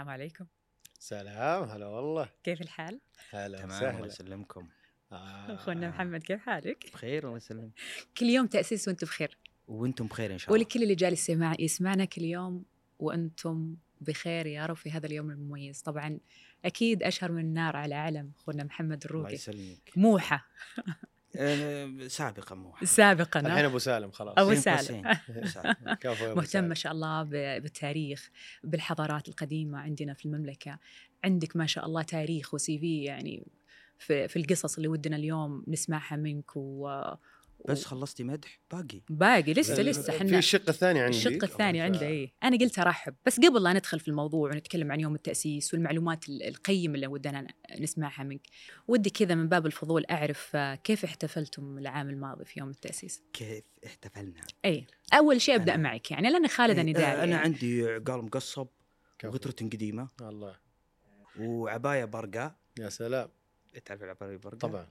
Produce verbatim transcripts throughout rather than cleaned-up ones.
السلام عليكم. سلام، هلا والله. كيف الحال؟ هلا تمام، وسهلا. الله يسلمكم. آه. اخونا محمد كيف حالك؟ بخير الله يسلمك. كل يوم تأسيس وانتم بخير، وانتم بخير ان شاء الله. ولكل اللي جالس يسمع يسمعنا كل يوم وانتم بخير يا رب في هذا اليوم المميز. طبعا اكيد اشهر من النار على علم اخونا محمد الله الروقي، يسلمك. موحة أه سابقا مو سابقا. الحين ابو سالم خلاص. أبو بين سالم. قوسين. سابقاً. كفو يا أبو مهتم سالم. ما شاء الله ب- بالتاريخ، بالحضارات القديمة عندنا في المملكة. عندك ما شاء الله تاريخ وسي في، يعني في, في القصص اللي ودنا اليوم نسمعها منك و... بس خلصتي مدح باقي باقي لسه ال- لسه في حنا الشق الثاني عندي. الشق الثاني ف- عنده. إيه أنا قلت أرحب، بس قبل لا ندخل في الموضوع ونتكلم عن يوم التأسيس والمعلومات ال- القيمة اللي ودنا نسمعها منك، ودي كذا من باب الفضول أعرف آه، كيف احتفلتم العام الماضي في يوم التأسيس؟ كيف احتفلنا. أي أول شيء أبدأ أنا- معك، يعني لأن خالد إيه، نداري. آه، انا يعني. عندي عقال مقصب كفو. وغترة قديمة الله. وعباية برقاء. يا سلام. تعرف العباية برقاء؟ طبعا.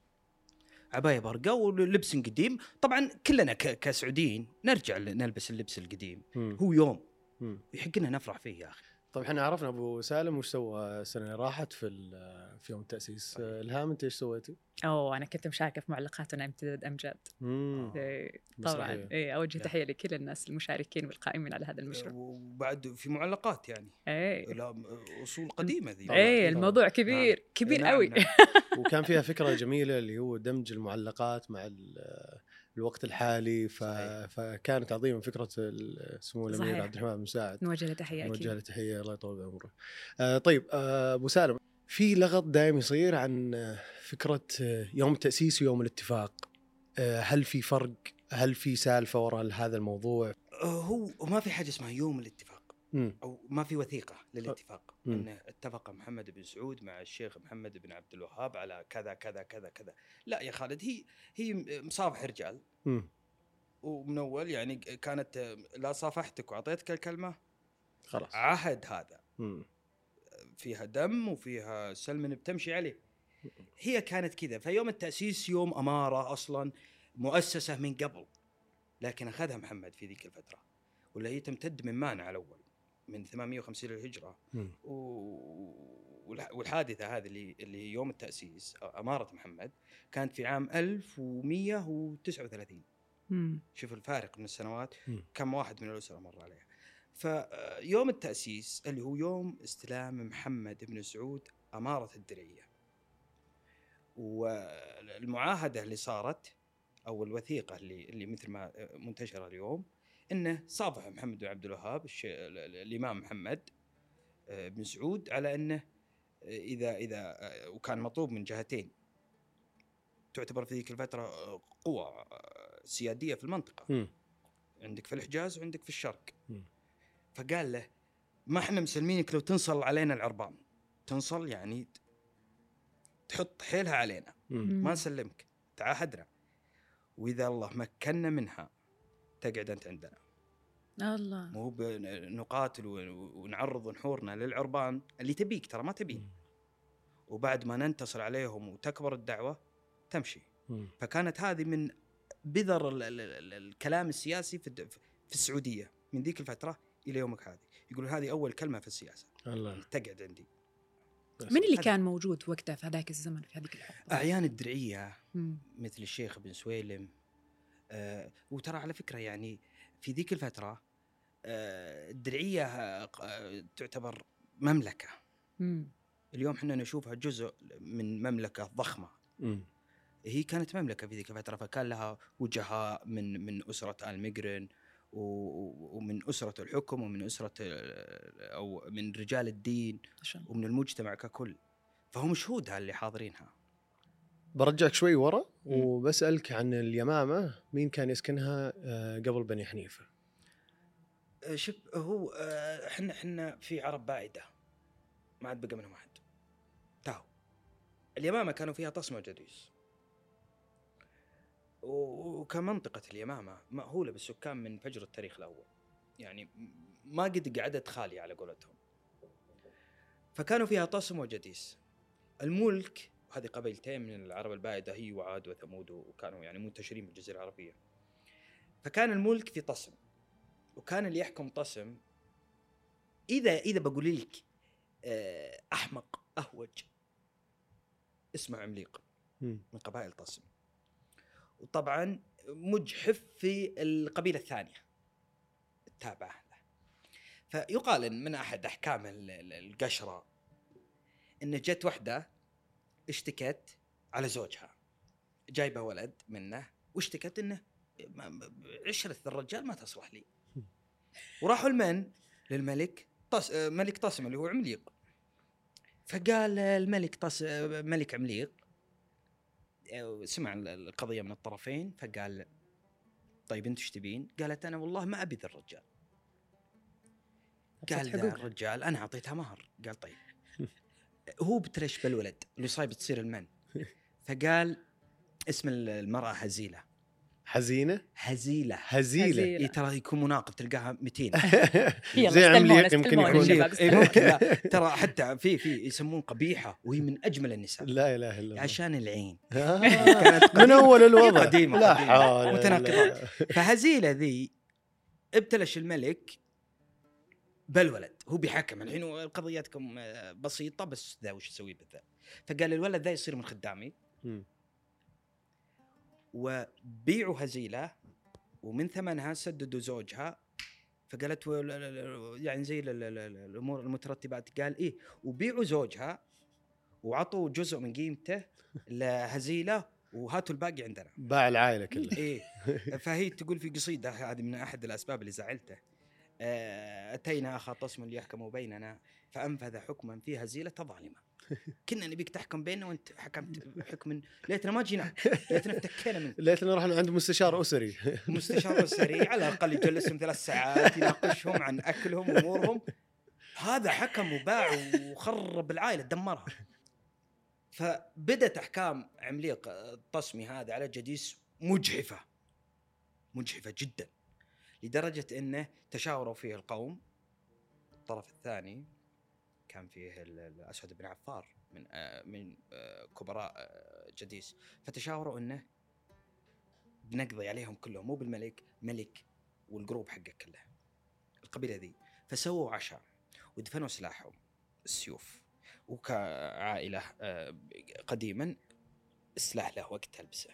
عباية برقاء ولبس قديم. طبعا كلنا ك- كسعوديين نرجع ل- نلبس اللبس القديم. مم. هو يوم مم. يحق لنا نفرح فيه يا اخي. طيب احنا عرفنا ابو سالم وش سوى السنه اللي راحت في ال- في يوم التاسيس. طيب. الهام انت ايش سويتي؟ أوه أنا كنت مشاركة في معلقاتنا امتداد أمجاد. امم إيه بصحيح. طبعا. إيه أوجه لا. تحية لكل الناس المشاركين والقائمين على هذا المشروع. وبعد في معلقات يعني إيه لا اصول قديمة ذي. طبعاً. إيه طبعاً. الموضوع كبير نعم. كبير نعم، قوي. نعم. وكان فيها فكره جميله اللي هو دمج المعلقات مع ال- الوقت الحالي ف... صحيح. فكانت عظيمه فكره ال- سمو الامير صحيح. عبد الرحمن بن مساعد. نوجه له تحية نوجه له أكيد. تحيه الله يطول بعمره. آه طيب آه ابو سالم، في لغط دائم يصير عن آه، فكره آه، يوم التاسيس ويوم الاتفاق. آه هل في فرق؟ هل في سالفه وراء هذا الموضوع؟ آه، هو ما في حاجة اسمها يوم الاتفاق امم أو ما في وثيقة للاتفاق. مم. أنه اتفق محمد بن سعود مع الشيخ محمد بن عبد الوهاب على كذا كذا كذا كذا. لا يا خالد، هي هي مصافح رجال. امم ومن أول يعني كانت آه، لا صافحتك وأعطيتك الكلمة خلاص. عهد هذا امم فيها دم وفيها سلم بتمشي عليه. هي كانت كذا. فيوم التأسيس يوم أمارة أصلا مؤسسة من قبل، لكن أخذها محمد في ذيك الفترة ولا هي تمتد من مانع الأول من ثمانمائة وخمسين للهجرة. مم. و- والح- والحادثة هذه اللي اللي هي يوم التأسيس أمارة محمد كانت في عام ألف ومئة وتسعة وثلاثين. مم. شوف الفارق من السنوات، مم. كم واحد من الأسرة مر عليها. فيوم التأسيس اللي هو يوم استلام محمد بن سعود أمارة الدرعية، والمعاهدة اللي صارت أو الوثيقة اللي اللي مثل ما منتشرة اليوم إنه صافح محمد بن عبد الوهاب الش- الإمام محمد بن سعود على إنه إذا إذا وكان مطلوب من جهتين تعتبر في ذيك الفترة قوة سيادية في المنطقة، مم. عندك في الحجاز وعندك في الشرق. مم. فقال له ما احنا مسلمينك لو تنصل علينا العربان. تنصل يعني تحط حيلها علينا، مم. ما نسلمك، تعاهدنا، وإذا الله مكننا منها تقعد أنت عندنا. الله. مو بنقاتل ونعرض نحورنا للعربان اللي تبيك، ترى ما تبين، وبعد ما ننتصر عليهم وتكبر الدعوة تمشي. مم. فكانت هذه من بذر ال ال ال الكلام السياسي في الد- في السعودية من ذيك الفترة إلى يومك هذه. يقولون هذه أول كلمة في السياسة، الله. تقعد عندي. من اللي هذا- كان موجود وقتها في هذاك الزمن في هذيك الحقبة؟ أعيان الدرعية مم. مثل الشيخ بن سويلم. آه وترى على فكرة يعني في ذيك الفترة آه الدرعية آه تعتبر مملكة. مم. اليوم حنا نشوفها جزء من مملكة ضخمة، مم. هي كانت مملكة في ذيك الفترة. فكان لها وجهاء من من أسرة آل مقرن و- ومن أسرة الحكم ومن أسرة أو من رجال الدين عشان. ومن المجتمع ككل. فهم شهودها اللي حاضرينها. برجعك شوي ورا مم. وبسألك عن اليمامة، مين كان يسكنها آه، قبل بني حنيفة؟ آه، شوف هو آه، حنا حنا في عرب بعيدة ما عاد بقى منهم أحد. تاو اليمامة كانوا فيها طسم وجديس، و- وكمنطقة اليمامة مأهولة بالسكان من فجر التاريخ الأول، يعني ما قد قعدت خالية على قولتهم. فكانوا فيها طسم وجديس. الملك، وهذه قبيلتين من العرب البائدة، هي وعاد وثمود، وكانوا يعني منتشرين بالجزيرة العربية. فكان الملك في طسم، وكان اللي يحكم طسم إذا إذا بقول لك أحمق أهوج اسمه عمليق مم. من قبائل طسم، وطبعا مجحف في القبيلة الثانية التابعة له. فيقال إن من أحد أحكام القشرة إن جت وحدة اشتكت على زوجها، جايبه ولد منه واشتكت إنه عشرة الرجال ما تصلح لي، وراحوا المن للملك طس ملك طاسم اللي هو عمليق. فقال الملك طس ملك عمليق سمع القضية من الطرفين، فقال طيب انت ايش تبين؟ قالت انا والله ما ابي ذا الرجال. قال ذا الرجال انا اعطيتها مهر. قال طيب هو بترش بالولد اللي صايب تصير المن. فقال اسم المرأة هزيلة. حزينة هزيلة هزيلة إيه ترى يكون مناقب تلقاها مئتين زي عمليق يمكن يكون لا ترى حتى في في يسمون قبيحة وهي من أجمل النساء. لا إله إلا الله عشان العين كانت من أول الوضع قديمة لا حول متناقضات. فهزيلة ذي ابتلش الملك بالولد، هو بيحكم الحين وقضيتكم بسيطة بس ذا وش يسوي بالذات. فقال الولد ذا يصير من خدامي وبيعوا هزيلة ومن ثمنها سددوا زوجها. فقالت يعني زي الأمور المترتبات. قال إيه وبيعوا زوجها وعطوا جزء من قيمته لهزيلة وهاتوا الباقي عندنا. باع العائلة كلها. إيه فهي تقول في قصيدة هذه من أحد الأسباب اللي زعلته. أتينا أخا طسم ليحكموا بيننا فأنفذ حكما في هزيلة ظالمة. كنا نبيك تحكم بيننا وانت حكمت حكم ليتنا ما جينا، ليتنا افتكينا منك، ليتنا رحنا عند مستشار أسري. مستشار أسري على الأقل يجلسهم ثلاث ساعات يناقشهم عن أكلهم وأمورهم. هذا حكم وباع وخرب العائلة دمرها. فبدت أحكام عمليق الطسمي هذا على جديس مجحفة مجحفة جدا، لدرجة أنه تشاوروا فيه القوم. الطرف الثاني كان فيه الأسود بن عفار من من كبراء جديس، فتشاوروا أنه بنقضي عليهم كلهم، مو بالملك، ملك والجروب حقه كله القبيلة ذي. فسووا عشاء ودفنوا سلاحهم السيوف، وكعائلة قديما السلاح له وقت تلبسه.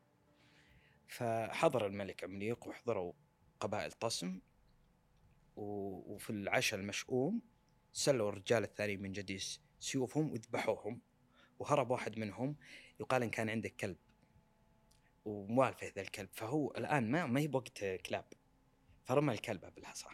فحضر الملك عمليق وحضروا قبائل طسم، وفي العشاء المشؤوم سلوا الرجال الثاني من جديس سيوفهم وذبحوهم، وهرب واحد منهم يقال إن كان عنده كلب وموالفه ذا الكلب، فهو الآن ما ما هي بوقت كلاب، فرمى الكلبة بالحصى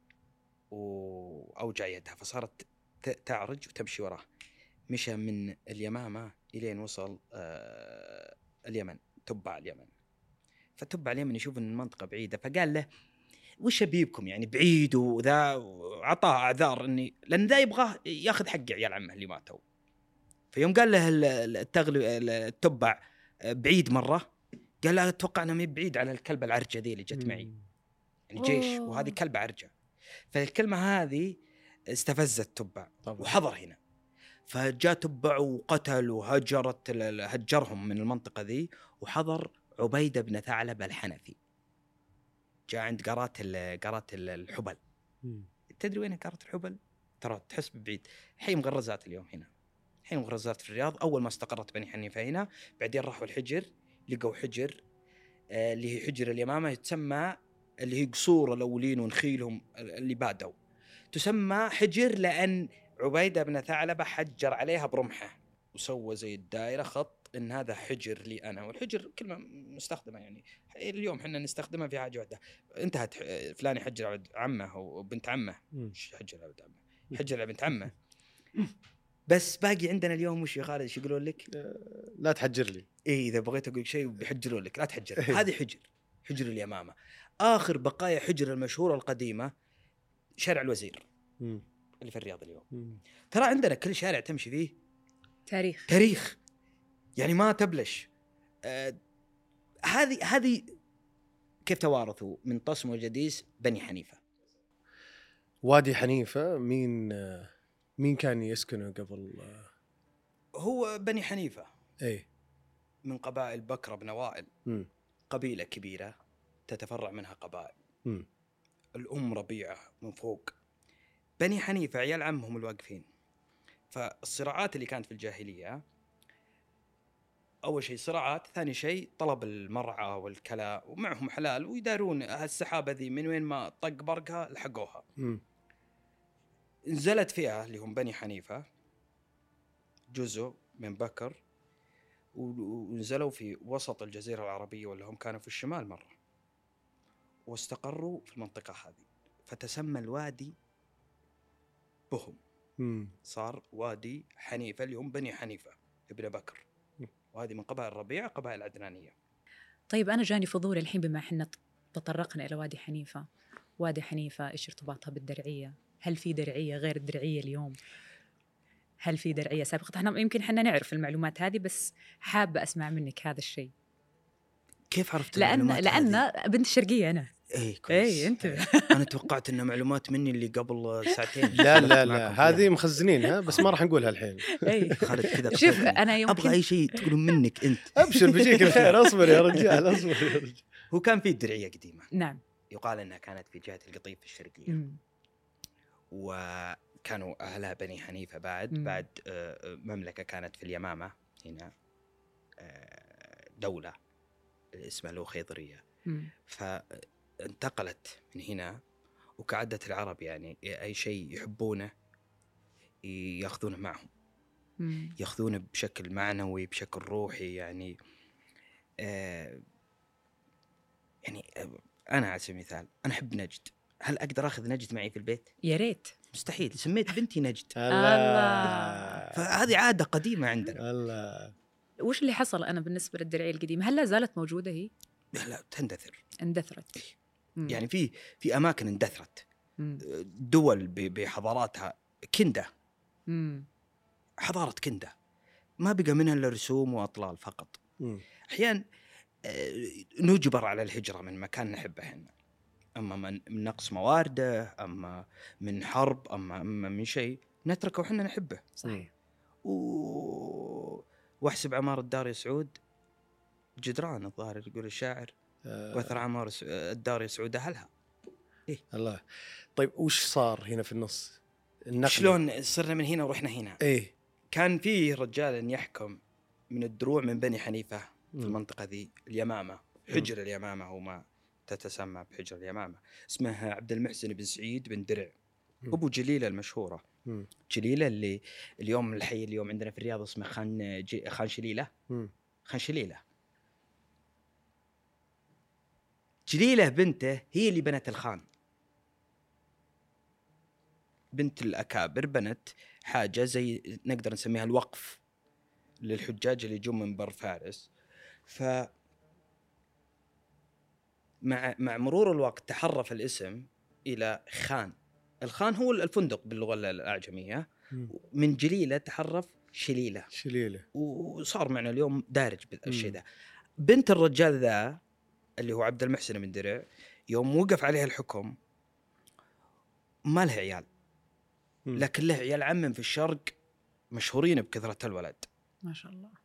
وأوجع يدها فصارت تعرج وتمشي وراه. مشى من اليمامة إلين وصل آه اليمن، تبع اليمن. فتبع اليمن يشوف أن المنطقة بعيدة، فقال له وش أبيبكم يعني بعيد وذا، وعطاه أعذار أني لأن ذا يبغاه ياخذ حق عيال عمه اللي ماتوا. فيوم قال له التغلب التبع بعيد مرة، قال له أتوقع أنه بعيد على الكلبة العرجة ذي اللي جت معي، يعني جيش وهذه كلبة عرجة. فالكلمة هذه استفزت تبع وحضر هنا، فجاء تبع وقتل وهجرت هجرهم من المنطقة ذي. وحضر عبيدة بن ثعلب الحنفي، جاء عند قارات قارات الحبل. تدري وين قارات الحبل؟ ترى تحس بعيد. حي مغرزات اليوم هنا، حي مغرزات في الرياض. أول ما استقرت بني حنيفة هنا، بعدين راحوا الحجر، لقوا حجر آه اللي هي حجر اليمامة، يتسمى اللي هي قصور الأولين ونخيلهم اللي بادوا، تسمى حجر لأن عبيدة بن ثعلبة حجر عليها برمحه وسوى زي الدائرة خط إن هذا حجر لي أنا. والحجر كلمة مستخدمة يعني اليوم حنا نستخدمها في حاجة واحدة. انتهت فلان حجر على عمه وبنت عمه، حجر على عمه، حجر على بنت عمه. بس باقي عندنا اليوم وش يا خالد ايش يقولون لك؟ لا تحجر لي. إيه إذا بغيت أقول شيء بيحجرون لك لا تحجر. هذه حجر، حجر اليمامة. آخر بقايا حجر المشهورة القديمة شارع الوزير م. اللي في الرياض اليوم. م. ترى عندنا كل شارع تمشي فيه تاريخ تاريخ يعني ما تبلش. آه هذه هذه كيف توارثوا من طسم وجديس بني حنيفة. وادي حنيفة مين مين كان يسكنه قبل؟ هو بني حنيفة ايه من قبائل بكر بن وائل، م. قبيلة كبيرة تتفرع منها قبائل. م. الأم ربيعة من فوق. بني حنيفة عيال عمهم الواقفين فالصراعات اللي كانت في الجاهليه اول شيء صراعات، ثاني شيء طلب المرعى والكلاء ومعهم حلال ويدارون هالسحابه ذي من وين ما طق برقها لحقوها. مم. نزلت فئه اللي هم بني حنيفه جزء من بكر ونزلوا في وسط الجزيره العربيه ولا هم كانوا في الشمال مره واستقروا في المنطقه هذه، فتسمى الوادي بهم. مم. صار وادي حنيفه اللي هم بني حنيفه ابن بكر، وهذه من قبائل الربيع قبائل عدنانيه. طيب أنا جاني فضول الحين بما إحنا تطرقنا إلى وادي حنيفة، وادي حنيفة إيش ارتباطها بالدرعية؟ هل في درعية غير الدرعية اليوم؟ هل في درعية سابقة؟ احنا يمكن احنا نعرف المعلومات هذه بس حابة أسمع منك هذا الشيء. كيف عرفت لأن المعلومات لأن هذه؟ بنت الشرقية أنا. اي كويس. اي انت. انا توقعت انه معلومات مني اللي قبل ساعتين. لا لا لا هذه مخزنينها بس ما راح نقولها الحين. اي خالد كذا شوف انا يمكن ابغى اي شيء تقولون منك انت. ابشر بيجيك الخير. اصبر يا رجال اصبر يا رجال. هو كان في درعيه قديمه نعم يقال انها كانت في جهه القطيف في الشرقيه، مم. وكانوا اهلها بني حنيفه بعد مم. بعد آه، مملكه كانت في اليمامه هنا، آه، دوله اسمها الخيضريه، مم. فانتقلت من هنا. وكعادة العرب يعني أي شيء يحبونه يأخذونه معهم، مم. يأخذونه بشكل معنوي بشكل روحي يعني. آه يعني آه أنا على سبيل المثال أنا أحب نجد، هل أقدر أخذ نجد معي في البيت؟ يا ريت. مستحيل، سميت بنتي نجد. الله. فهذه عادة قديمة عندنا. الله. وش اللي حصل أنا بالنسبة للدرعية القديمة؟ هل لا زالت موجودة هي؟ لا لا تندثر. اندثرت. مم. يعني في في أماكن اندثرت، مم. دول بحضاراتها كندة، مم. حضارة كندة ما بقى منها إلا رسوم وأطلال فقط. مم. أحيان نجبر على الهجرة من مكان نحبه احنا، أما من نقص موارده، أما من حرب، أما, أما من شيء نتركه وحنا نحبه. صحيح. و... واحسب عمار الدار يا سعود جدران الظاهر يقول الشاعر، آه. وثر عمار الدار يا سعود أهلها. إيه؟ الله. طيب وش صار هنا في النص؟ النقل. شلون صرنا من هنا ورحنا هنا؟ إيه؟ كان في رجال يحكم من الدروع من بني حنيفة في مم. المنطقة ذي اليمامة، حجر اليمامة هو ما تتسمى بحجر اليمامة، اسمه عبد المحسن بن سعيد بن درع، مم. أبو جليلة المشهورة. مم. جليلة اللي اليوم الحي اليوم عندنا في الرياض اسمه خان ج... خان شليلة. مم. خان شليلة. جليلة بنته هي اللي بنت الخان، بنت الأكابر بنت حاجة زي نقدر نسميها الوقف للحجاج اللي يجون من بر فارس. ف مع مع مرور الوقت تحرف الاسم إلى خان. الخان هو الفندق باللغة الأعجمية. مم. من جليلة تحرف شليلة، شليلة، وصار معنا اليوم دارج بالشيء ذا. بنت الرجال ذا اللي هو عبد المحسن بن درع يوم وقف عليها الحكم ما له عيال، مم. لكن له عيال عم في الشرق مشهورين بكثرة الولد ما شاء الله.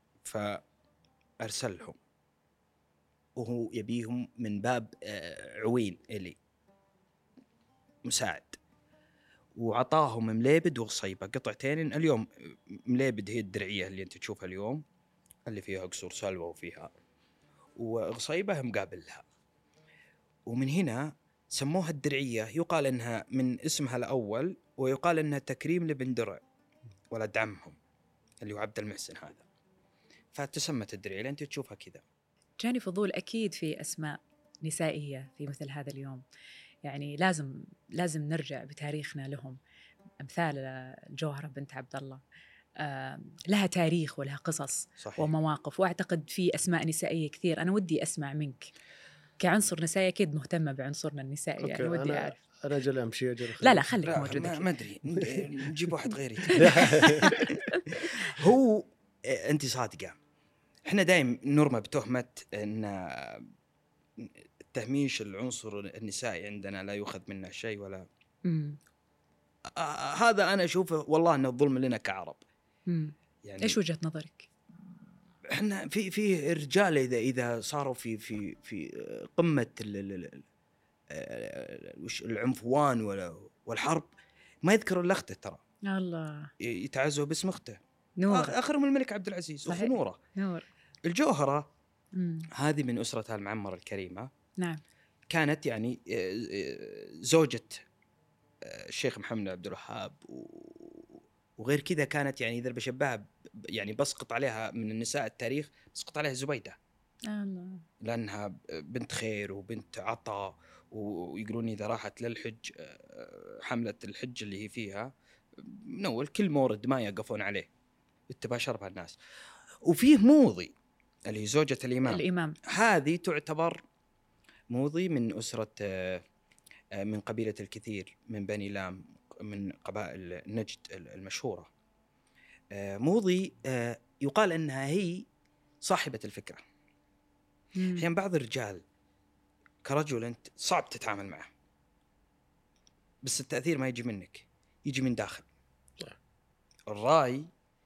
فأرسلهم وهو يبيهم من باب عوين إلي مساعد، وعطاهم مليبد وغصيبة قطعتين. اليوم مليبد هي الدرعية اللي انت تشوفها اليوم اللي فيها قصور سلوى وفيها، وغصيبة مقابلها. ومن هنا سموها الدرعية، يقال انها من اسمها الأول، ويقال انها تكريم لبن درع ولد عمهم اللي هو عبد المحسن هذا، فتسمت الدرعية لأن انت تشوفها كذا. جاني فضول أكيد في أسماء نسائية في مثل هذا اليوم، يعني لازم لازم نرجع بتاريخنا لهم. أمثال الجوهرة بنت عبد الله آه لها تاريخ ولها قصص صحيح. ومواقف، وأعتقد في أسماء نسائية كثير. أنا ودي أسمع منك كعنصر نسائي، أكيد مهتمة بعنصرنا النسائي، يعني ودي أنا أعرف. أنا أجل أمشي أجل لا لا خليك لا موجود. ما, ما أدري نجيب واحد غيري. هو أنت صادقة، إحنا دائم نرمى بتهمة أن تهميش العنصر النسائي عندنا لا يؤخذ منه شيء ولا آه هذا أنا أشوفه والله أنه ظلم لنا كعرب. يعني إيش وجهة نظرك؟ إحنا في في رجال إذا إذا صاروا في في في قمة العنفوان والحرب ما يذكروا الأخت ترى. الله يتعزوا باسم اخته نور. اخرهم الملك عبد العزيز اخو نوره. نور. الجوهره مم. هذه من اسره المعمر الكريمه. نعم. كانت يعني زوجة الشيخ محمد عبد الوهاب، وغير كذا كانت يعني إذا بشبهها يعني بسقط عليها من النساء التاريخ، بسقط عليها زبيدة. الله. لأنها بنت خير وبنت عطاء، ويقولون إذا راحت للحج حملة الحج اللي هي فيها من أول كل مورد ما يقفون عليه يتباشر بها الناس. وفيه موضي اللي هي زوجة الإمام. الإمام هذه تعتبر موضي من أسرة من قبيلة الكثير من بني لام من قبائل نجد المشهورة. موضي يقال أنها هي صاحبة الفكرة. أحيانا يعني بعض الرجال كرجل أنت صعب تتعامل معه، بس التأثير ما يجي منك، يجي من داخل. الرأي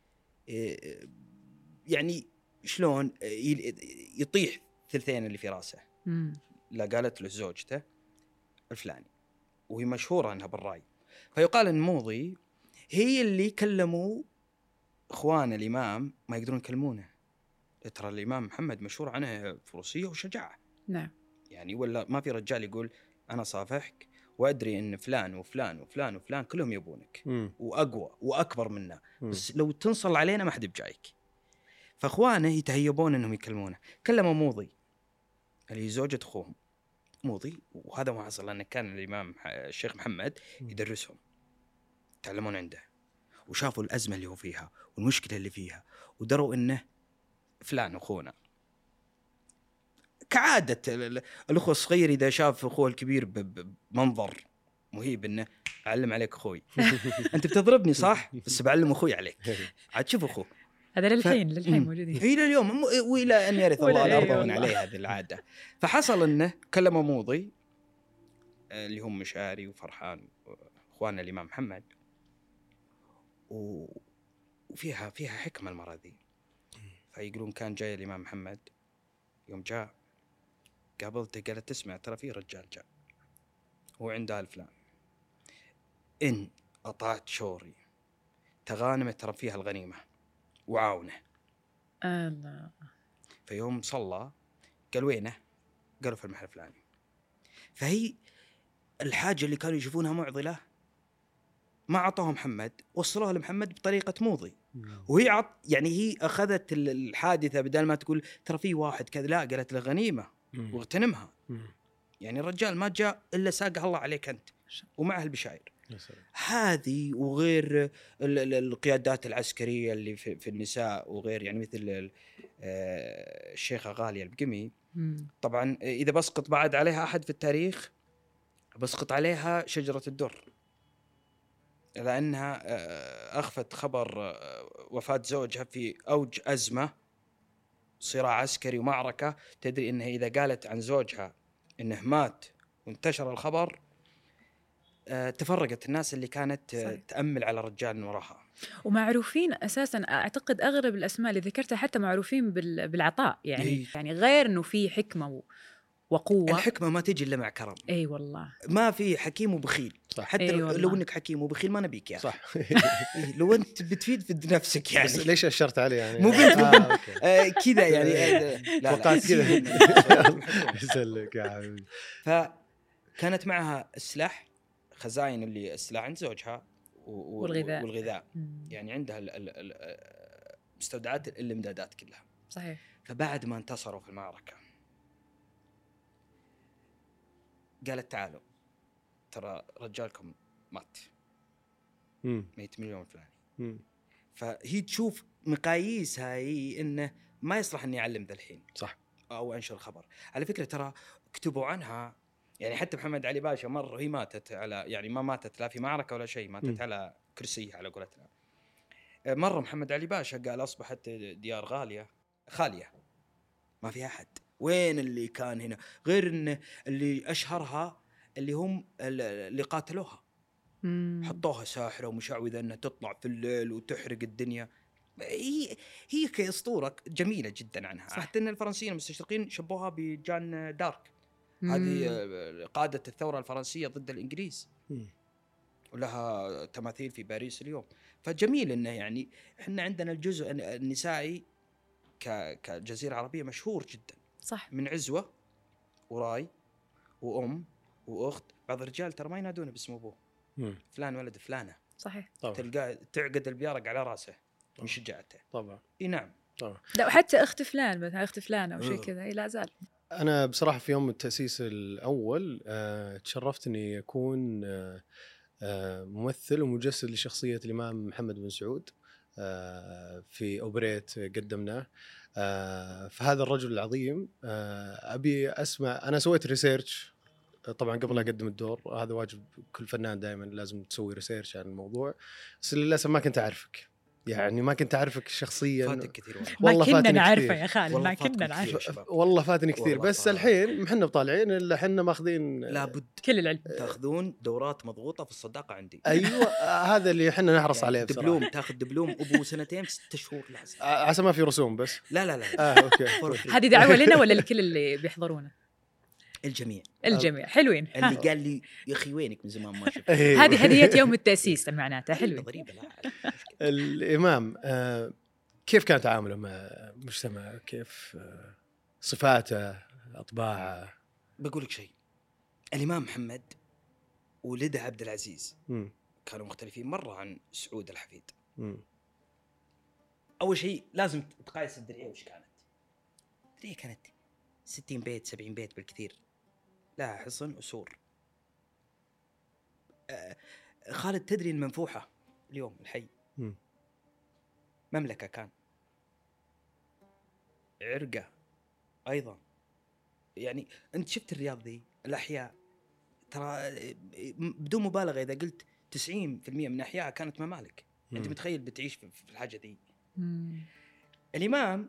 يعني شلون يطيح ثلثين اللي في راسه. مم. لا قالت له زوجته الفلاني وهي مشهورة أنها بالرأي. فيقال أن موضي هي اللي كلموا إخوان الإمام ما يقدرون يكلمونه. ترى الإمام محمد مشهور عنه فروسية وشجاعة. نعم. يعني ولا ما في رجال يقول أنا صافحك وأدري أن فلان وفلان وفلان وفلان كلهم يبونك مم. وأقوى وأكبر منا، مم. بس لو تنصل علينا ما حد بجايك. فإخوانه يتهيبون أنهم يكلمونه. كلموا موضي اللي زوجة أخوهم موضي، وهذا ما حصل لأن كان الإمام الشيخ محمد يدرسهم، تعلمون عنده وشافوا الأزمة اللي هو فيها والمشكلة اللي فيها، ودروا إنه فلان أخونا. كعادة الأخوة الصغير إذا شاف أخوه الكبير بمنظر مهيب إنه أعلم عليك أخوي أنت بتضربني صح بس بعلم أخوي عليك، عاد شوف أخوه. هذا للحين ف... للحين موجودين إلى اليوم وإلى أن يرث الله الأرض ومن عليها هذه العادة. فحصل إنه كلموا موضي اللي هم مشاري وفرحان إخواننا الإمام محمد، وفيها فيها حكمة المرة ذي. فيقولون كان جاي الإمام محمد يوم جاء قابلته قالت تسمع ترى في رجال جاء هو عنده الفلان، إن أطعت شوري تغانم ترى فيها الغنيمة وعاونه. الله. فيوم صلى قال وينه؟ قالوا في المحل الفلاني. فهي الحاجة اللي كانوا يشوفونها معضلة ما عطوها محمد، وصلوها لمحمد بطريقة موضي. وهي عط يعني هي أخذت الحادثة بدل ما تقول ترى في واحد كذا، لا قالت له غنيمة واغتنمها. يعني الرجال ما جاء إلا ساقها الله عليك أنت ومعه البشاير. هذه وغير القيادات العسكرية اللي في, في النساء وغير، يعني مثل الشيخة غالية البقمي. طبعا إذا بسقط بعد عليها أحد في التاريخ بسقط عليها شجرة الدر، لأنها أخفت خبر وفاة زوجها في أوج أزمة صراع عسكري ومعركة. تدري أنها إذا قالت عن زوجها أنه مات وانتشر الخبر تفرقت الناس اللي كانت صحيح. تأمل على رجال وراها. ومعروفين أساساً أعتقد أغلب الأسماء اللي ذكرتها حتى معروفين بالعطاء، يعني إيه؟ يعني غير إنه في حكمة وقوة. الحكمة ما تجي إلا مع كرم. أي أيوة والله ما في حكيم وبخيل صح. حتى أيوة لو إنك حكيم وبخيل ما نبيك يا صح. إيه لو أنت بتفيد في نفسك يعني. بس ليش أشرت عليه يعني؟ مو بنت آه آه كذا يعني آه لا وقعت كذا يسلك يا حبيبي. فكانت معها السلاح، خزائن اللي السلاح عند زوجها والغذاء, والغذاء. يعني عندها مستودعات الامدادات كلها صحيح. فبعد ما انتصروا في المعركة قالت تعالوا ترى رجالكم مات ميت مليون فلاني. فهي تشوف مقاييسها هي إنه ما يصلح إني أعلم ذا الحين صح أو أنشر خبر. على فكرة ترى كتبوا عنها، يعني حتى محمد علي باشا مرة هي ماتت على، يعني ما ماتت لا في معركة ولا شيء، ماتت م. على كرسي على قولتنا. مرة محمد علي باشا قال أصبحت ديار غالية خالية ما فيها أحد. وين اللي كان هنا غير إن اللي أشهرها اللي هم اللي قاتلوها مم. حطوها ساحرة ومشعوذة أنها تطلع في الليل وتحرق الدنيا. هي هي كأسطورة جميلة جدا عنها. حتى إن الفرنسيين المستشرقين شبوها بجان دارك. مم. هذه قادة الثورة الفرنسية ضد الإنجليز. مم. ولها تماثيل في باريس اليوم. فجميل انه يعني احنا عندنا الجزء النسائي كجزيرة عربية مشهور جدا، صح. من عزوة وراي وأم وأخت. بعض الرجال ترى ما ينادونه باسم أبوه، مم. فلان ولد فلانة. صحيح. طبعا. تلقى تعقد البيارق على راسه من شجاعته. طبعا. اي نعم. طبعا. لا وحتى اخت فلان مثلا، اخت فلان او شيء أوه. كذا لا زال. أنا بصراحة في يوم التأسيس الأول آه، تشرفت إني أكون آه، آه، ممثل ومجسد لشخصية الإمام محمد بن سعود آه، في أوبريت قدمناه. آه، فهذا الرجل العظيم آه، أبي أسمع. أنا سويت ريسيرش طبعا قبل لا أقدم الدور، هذا واجب كل فنان دائما لازم تسوي ريسيرش عن الموضوع، بس للأسف ما كنت أعرفك، يعني ما كنت أعرفك شخصيا. فاتك كثير والله. ما والله كنا فاتني نعرفه كثير. يا خالد، والله ما فاتكم كنا كثير نعرفه. يا شباب. والله فاتني كثير، والله بس فات. الحين محنا بطالعين الا حنا ماخذين. لابد كل العلم. تاخذون دورات مضغوطة في الصداقة عندي. ايوه هذا اللي احنا نحرص يعني عليه بصراحه. دبلوم، تاخذ دبلوم ابو سنتين في ست شهور لازم. ع- عسى ما في رسوم بس. لا لا لا. اه اوكي. For free. هذه دعوة لنا ولا لكل اللي بيحضرونه؟ الجميع. الجميع حلوين. اللي ها. قال لي يا اخي وينك من زمان ما شفت. إيه. هذه هدية يوم التأسيس معناتها حلوين. غريبة. لا الامام آه كيف كان تعامله مع المجتمع؟ كيف آه صفاته، اطباعه؟ بقول لك شيء. الإمام محمد ولده عبد العزيز مم. كانوا مختلفين مرة عن سعود الحفيد. مم. أول شيء لازم تقايس الدرعية وش كانت. الدرعية كانت ستين بيت سبعين بيت بالكثير، لها حصن وسور. آه خالد تدري المنفوحة اليوم الحي مم. مملكة، كان عرقة أيضا. يعني أنت شفت الرياض ذي الأحياء، ترى بدون مبالغة إذا قلت تسعين بالمئة من أحياء كانت ممالك. مم. أنت متخيل بتعيش في الحاجة ذي. مم. الإمام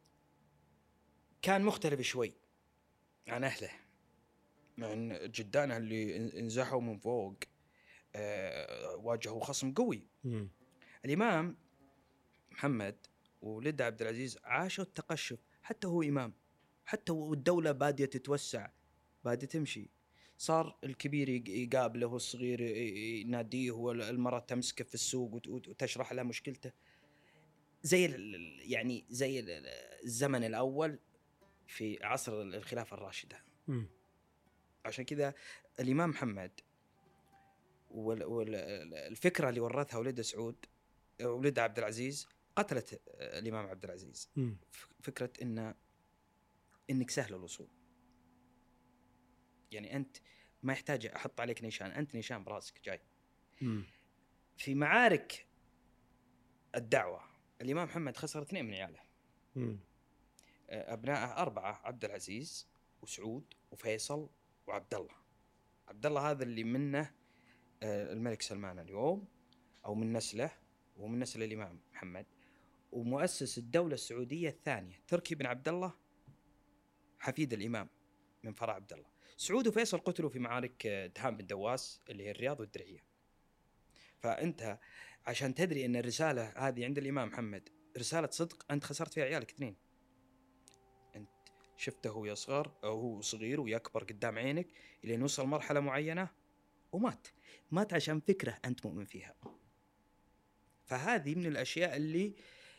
كان مختلف شوي عن أهله، عن جدانه اللي انزحوا من فوق، أه واجهوا خصم قوي. مم. الإمام محمد وولده عبد العزيز عاشوا التقشف، حتى هو إمام، حتى والدولة بادية تتوسع، بادية تمشي. صار الكبير يقابله والصغير يناديه والمرأة تمسكه في السوق وتشرح له مشكلته، زي يعني زي الزمن الأول في عصر الخلافة الراشدة. مم. عشان كذا الإمام محمد والفكرة اللي ورثها ولد سعود ولد عبد العزيز قتلت الإمام عبد العزيز. مم. فكرة إن إنك سهل الوصول، يعني أنت ما يحتاج أحط عليك نيشان، أنت نيشان براسك جاي. مم. في معارك الدعوة الإمام محمد خسر اثنين من عياله. مم. أبنائه أربعة، عبد العزيز وسعود وفيصل وعبد الله. عبد الله هذا اللي منه الملك سلمان اليوم، أو من نسله، ومن نسل الإمام محمد، ومؤسس الدولة السعودية الثانية تركي بن عبد الله حفيد الإمام من فرع عبد الله. سعود وفيصل قتلوا في معارك دهام بن دواس اللي هي الرياض والدرعية. فأنت عشان تدري أن الرسالة هذه عند الإمام محمد رسالة صدق، أنت خسرت فيها عيالك اثنين. أنت شفته هو يصغر أو هو صغير ويكبر قدام عينك إلى أن يوصل مرحلة معينة ومات. مات عشان فكرة أنت مؤمن فيها. فهذه من الأشياء اللي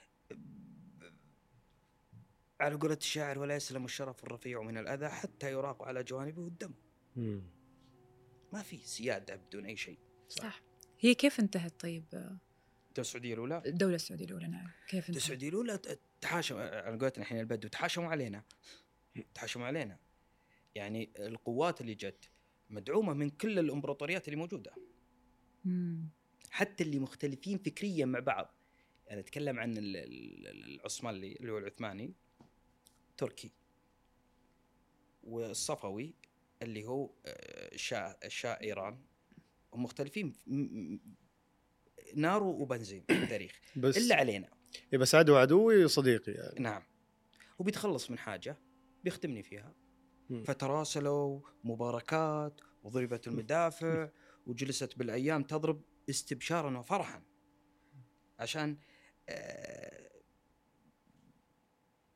على قولة الشاعر ولا يسلم الشرف الرفيع من الأذى حتى يراق على جوانبه الدم. مم. ما في سيادة بدون أي شيء. صح. هي كيف انتهت طيب؟ الدولة السعودية الأولى. الدولة السعودية الأولى نعم. كيف انتهت؟ الدولة السعودية الأولى تحاشم على قولتنا الحين البدو، تحاشموا علينا تحاشموا علينا. يعني القوات اللي جت مدعومة من كل الإمبراطوريات اللي موجودة. مم. حتى اللي مختلفين فكريا مع بعض. يعني أتكلم عن العثماني اللي هو العثماني تركي، والصفوي اللي هو شاه شاه إيران، هم مختلفين نار وبنزين في التاريخ بس إلا علينا. بس عدو عدوي صديقي يعني. نعم. وبيتخلص من حاجة بيختمني فيها. مم. فتراسلوا مباركات وضربت المدافع وجلست بالأيام تضرب استبشارا وفرحا عشان آه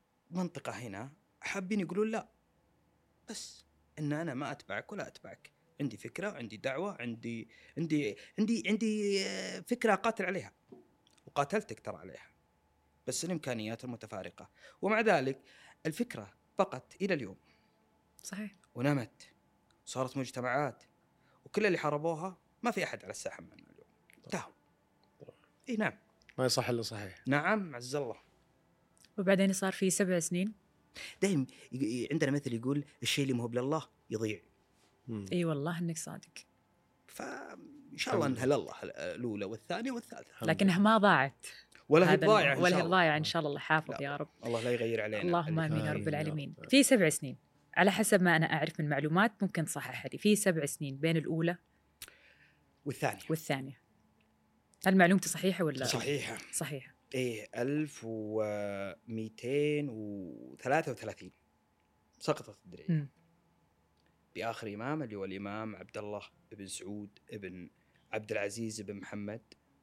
منطقة هنا حابين يقولون لا، بس إن أنا ما أتبعك ولا أتبعك، عندي فكرة، عندي دعوة، عندي عندي عندي عندي آه، فكرة أقاتل عليها، وقاتلتك ترى عليها، بس الإمكانيات المتفارقة. ومع ذلك الفكرة بقت إلى اليوم صحيح. ونمت، صارت مجتمعات، وكل اللي حاربوها ما في أحد على الساحة معنا اليوم، انتهوا. إيه نعم، ما يصح إلا صحيح. نعم عز الله. وبعدين صار في سبع سنين. دايم عندنا مثل يقول الشيء اللي مهب لله يضيع. مم. اي والله انك صادق. فإن شاء الله انها لله الأولى والثانية والثالثة، لكنها ما ضاعت ولا هي هذا ضايعة الم- إن ولا شاء هي الله. ضايعة إن شاء الله. الله حافظ لا، يا رب. الله لا يغير علينا. اللهم اللي آمين يا آمين رب يا العالمين. رب. في سبع سنين على حسب ما أنا أعرف من معلومات، ممكن تصحح لي، في سبع سنين بين الأولى والثانية والثانية. هل معلومتي صحيحة ولا؟ صحيحة. صحيحة. إيه ألف ومئتين وثلاثة وثلاثين سقطت الدرية مم. بآخر إمام اللي هو الإمام عبد الله بن سعود بن عبد العزيز بن محمد،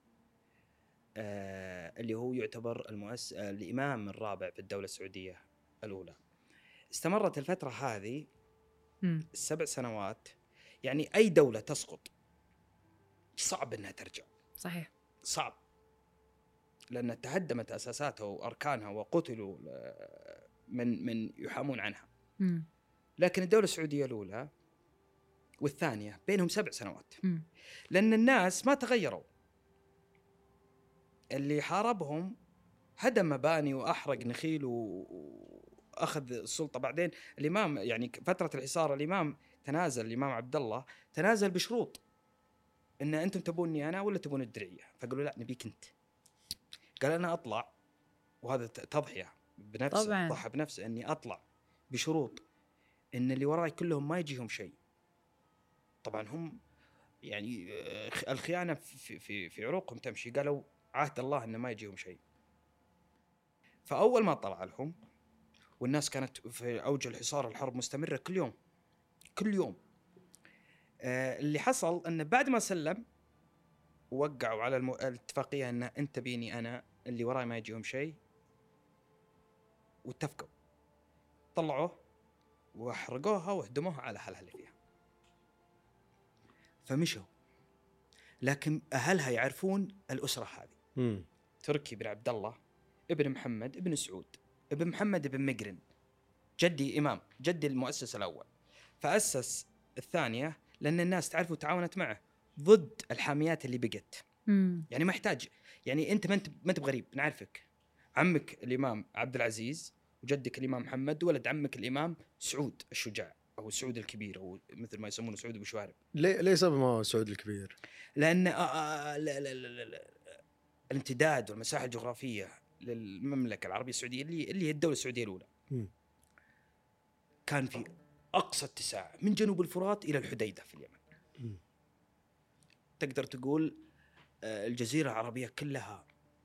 آه اللي هو يعتبر المؤسس آه الإمام الرابع في الدولة السعودية الأولى. استمرت الفترة هذه مم. السبع سنوات. يعني أي دولة تسقط صعب أنها ترجع، صحيح. صعب، لأن تهدمت أساساتها وأركانها وقتلوا من من يحامون عنها. مم. لكن الدولة السعودية الأولى والثانية بينهم سبع سنوات، مم. لأن الناس ما تغيروا. اللي حاربهم هدم مباني وأحرق نخيل وأخذ السلطة. بعدين الإمام يعني فترة الحصار الإمام تنازل، الإمام عبد الله تنازل بشروط، إن أنتم تبوني أنا ولا تبون الدرعية؟ فقالوا لا نبيك أنت. قال أنا أطلع، وهذا تضحية بنفسه، طبعاً. ضحى بنفسه إني أطلع بشروط إن اللي وراي كلهم ما يجيهم شيء. طبعاً هم يعني الخيانة في في في عروقهم تمشي، قالوا عهد الله إنه ما يجيهم شيء. فأول ما طلع لهم والناس كانت في أوج الحصار، الحرب مستمرة كل يوم كل يوم. آه اللي حصل أنه بعد ما سلم ووقعوا على المو... الاتفاقية أن أنت بيني أنا اللي وراي ما يجيهم شيء، واتفقوا، طلعوه وحرقوها وهدموها على حالها اللي فيها، فمشوا. لكن أهلها يعرفون الأسرة هذه. مم. تركي بن عبد الله ابن محمد ابن سعود ابن محمد ابن مقرن، جدي إمام، جدي المؤسس الأول. فأسس الثانية لأن الناس تعرف وتعاونت معه ضد الحاميات اللي بقت. مم. يعني ما يحتاج، يعني أنت ما أنت ما أنت بغريب، نعرفك. عمك الإمام عبد العزيز وجدك الإمام محمد ولد عمك الإمام سعود الشجاع أو سعود الكبير، أو مثل ما يسمونه سعود أبو شوارب. ليه ليه سبب ما سعود الكبير؟ لأن آه آه لا لا لا لا لا. الامتداد والمساحة الجغرافية للمملكة العربية السعودية اللي اللي هي الدولة السعودية الأولى م. كان في أقصى اتساع من جنوب الفرات إلى الحديدة في اليمن. م. تقدر تقول الجزيرة العربية كلها